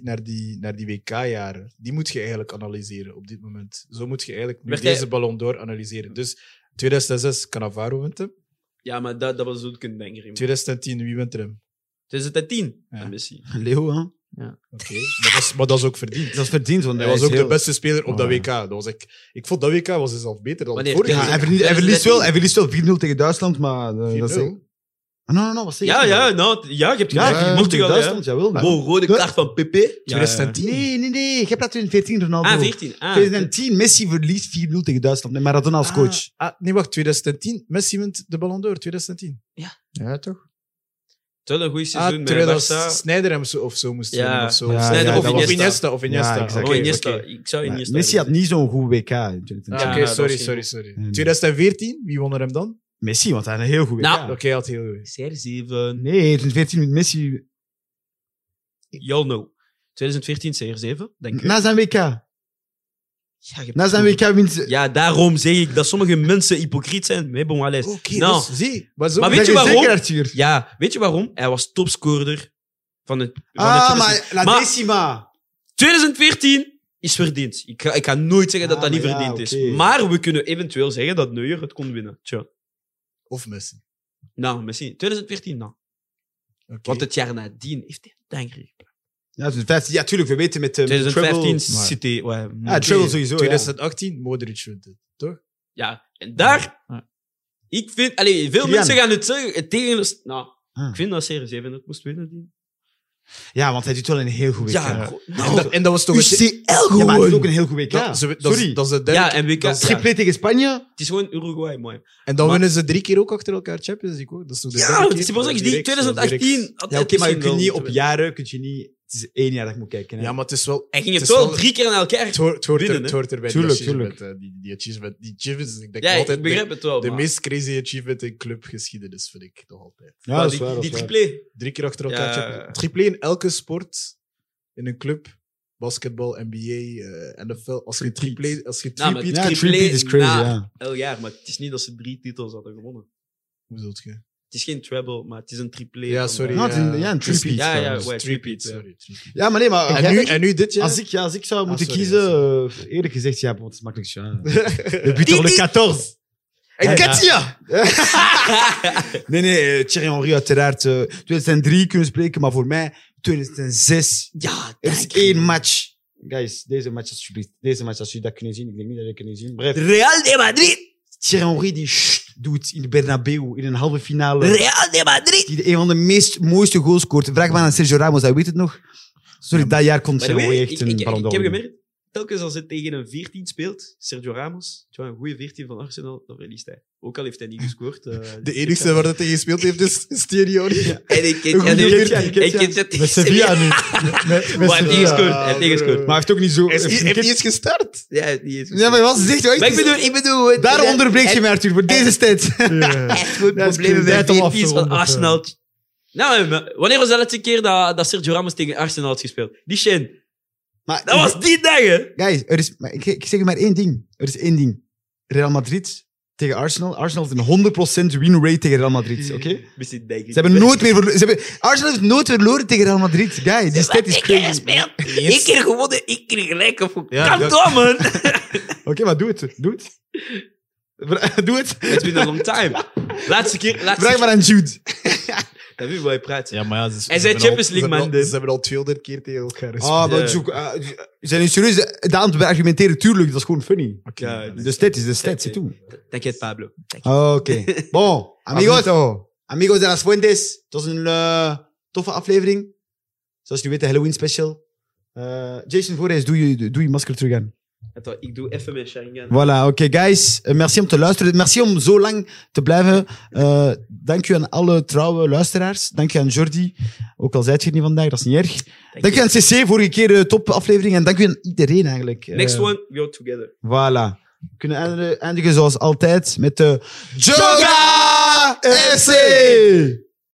naar die WK-jaren. Die moet je eigenlijk analyseren op dit moment. Zo moet je eigenlijk nu Werd hij- deze Ballon d'Or analyseren. Dus 2006, Cannavaro wint hem. Ja, maar dat was ook een banger. man. 2010, wie wint er hem? 2010, Ja. Messi. Leo, hè? Oké, maar dat is ook verdiend. Dat is verdiend, want Hij hij was is ook de heel- beste speler op dat Oh, WK. Dat was ik vond dat WK was zelf beter dan het Wanneer? vorige. Ja, Ja, hij verliest wel 4-0 tegen Duitsland, maar... dat is... 4-0. No, wat zeg je? Ja, je hebt Ja, gelijk. 4-0 Mocht tegen je wel, Duitsland, jawel. ja. Bro, rode kaart van Pepe. 2010. Nee. Ik heb dat 2014 Ronaldo. Ah, 14. Ah, 2010, Messi verliest 4-0 tegen Duitsland. Met Maradona als coach. Nee, wacht. 2010. Messi wint de Ballon d'Or. 2010. Ja, toch? het was een goed seizoen met terwijl dat Barça. Sneijder hem of zo moest Ja. winnen. Of zo. Ja, Sneijder ja, of dat was- Iniesta. Of Iniesta. Ja, exact. Oh, Iniesta. oké. Ik zou Maar Iniesta Messi had hebben. niet zo'n goed WK in 2010. Ja, Oké, dat was sorry. geen- 2014, wie won er hem dan? Messi, want hij had een heel goed WK. Nou, Oké, hij had heel goed. CR7. Nee, 2014 met Messi Y'all know. 2014 CR7, denk ik. na zijn WK. Ja, je hebt Na zijn goed. WK wint ze. Ja, daarom zeg ik dat sommige mensen hypocriet zijn. Mais bon, allez. Oké, Nou, dus zie. Maar zo Maar Ben weet je waarom? zeker, Arthur? Ja, weet je waarom? Hij was topscorer van het... Maar la Maar- decima. 2014 is verdiend. Ik ga nooit zeggen dat Ah, dat niet maar ja, verdiend oké. is. Maar we kunnen eventueel zeggen dat Neuer het kon winnen. Tja. Of Messi. Nou, misschien 2014, nou. Oké. Want het jaar nadien heeft hij een tanker gedaan. Ja, 2015, ja, tuurlijk, we weten met 2015 treble. City. Ouais, Ja, treble sowieso, ja. 2018, Modric wint het. Toch? ja, en daar... Ja. Ik vind... Allee, veel Kylian. mensen gaan het zeggen. Het tegen... Nou, Ah. ik vind dat CR7 het moest winnen. Ja, want hij doet wel een heel goed WK. Ja, En dat was toch UCL gewoon. Ja, maar hij doet ook een heel goed WK. Dat is Sorry. de derde. Ja, en WK. dat is- Triplé tegen Spanje. Het is gewoon Uruguay, mooi. En dan Maar- winnen ze 3 keer ook achter elkaar Champions League. Hoor. Dat is toch de Ja, derde het keer? is voor zeggen, die Direct, 2018... direct. had Ja, hij oké, maar je misschien kunt niet wel op moeten jaren, kun je niet... Het is 1 jaar dat je moet kijken. Hè. Ja, maar het is wel... Hij ging het is wel wel- 3 keer aan elkaar. Het hoort winnen, hè. het hoort erbij. Tuurlijk, die achievement, die achievement. Die achievements, ik denk Ja, altijd... ik begrijp het wel. De maar- meest crazy achievement in clubgeschiedenis, vind ik nog altijd. Ja, maar dat is die, waar. die dat is waar. triplé. 3 keer achter elkaar Ja. Champions League. Triplé in elke sport, in een club, basketbal, NBA, NFL. Als je triplé... Als je Nou, maar triplé... Ja, triplé triplé is crazy, na ja. elk jaar, maar het is niet dat ze 3 titels hadden gewonnen. Hoe zult je? Het is geen treble, maar het is een triplé. Ja, van- sorry. Ja, het is een- ja, een Tripeat, tripeat, Ja, ja, trouwens. ouais, Tripeat, tripeat, ja. sorry. Tripeat. Ja, maar nee, maar... En nu dit jaar? Als ik zou moeten sorry, kiezen, sorry. eerlijk gezegd, ja, want het is makkelijk. Ja. Le but pour le 14. En Ja. Katia! Nee, Thierry Henry uiteraard. 2003 kunnen we spreken, maar voor mij 2006. Ja, Er is dank 1 je. match. Guys, deze match alsjeblieft. Deze match, als jullie dat kunnen zien. Ik denk niet dat jullie kunnen zien. Bref, Real de Madrid. Thierry Henry die doet in de Bernabeu in een halve finale. Real de Madrid. Die een van de mooiste goals scoort. Vraag maar aan Sergio Ramos, hij weet het nog. Sorry, dat jaar kon Maar Thierry Henry echt ik een ballon heb d'Or winnen. gemerkt, telkens als hij tegen een 14 speelt, Sergio Ramos, een goede 14 van Arsenal, dan verliest hij. Ook al heeft hij niet gescoord. De enige waar hij tegen gespeeld heeft is Thierry Henry. En ik Een goede 14, Met Sevilla nu. Met Maar hij heeft niet Sevilla. gescoord. Hij heeft niet gescoord. Maar hij heeft ook niet zo... Heeft hij niet eens gestart? Ja, hij heeft niet eens Ja, maar wat zegt hij? Maar ik bedoel... Daar onderbreek je mij, Arthur, voor deze tijd. Echt goed Ja, is problemen tijd met om af te 14's van ronden, Arsenal. Nou, maar wanneer was de laatste keer dat Sergio Ramos tegen Arsenal had gespeeld? Die Shen. Maar, Dat was die dagen. Guys, maar ik zeg je maar één ding. Er is één ding. Real Madrid tegen Arsenal. Arsenal heeft een 100% win rate tegen Real Madrid, oké? Misschien denk ik. Ze hebben nooit meer verloren. Arsenal heeft nooit verloren tegen Real Madrid. Guy, die stat is crazy. gespeeld. Eén keer gewonnen, één keer gelijk. Of Ja, kan dat- dan, man. Oké, maar doe het. Doe het. Doe het. It's been a long time. Laatste keer. Vraag maar aan Jude. Dat weet je waar hij praat. Ja, maar ja, Hij zei Champions League, man. Ze hebben al 200 keer tegen elkaar gespeeld. Ah, maar Ja. zijn jullie serieus? Daan, te argumenteren, tuurlijk, dat is gewoon funny. Oké. Ja, De stat is de stat, c'est tout. Dank je, Pablo. Dank je. Oké. Bon, amigos de las Fuentes. Het was een toffe aflevering. Zoals jullie weten, Halloween special. Jason Voorhees, doe je masker terug aan. Attends, ik doe even mijn Sharingan. Voilà, oké, guys. Merci om te luisteren. Merci om zo lang te blijven. Dank u aan alle trouwe luisteraars. Dank u aan Jordi. Ook al zijt je er niet vandaag, dat is niet erg. Dank u aan CC, vorige keer top aflevering. En dank u aan iedereen eigenlijk. Next one, we go together. Voilà. We kunnen eindigen zoals altijd met de Joga FC!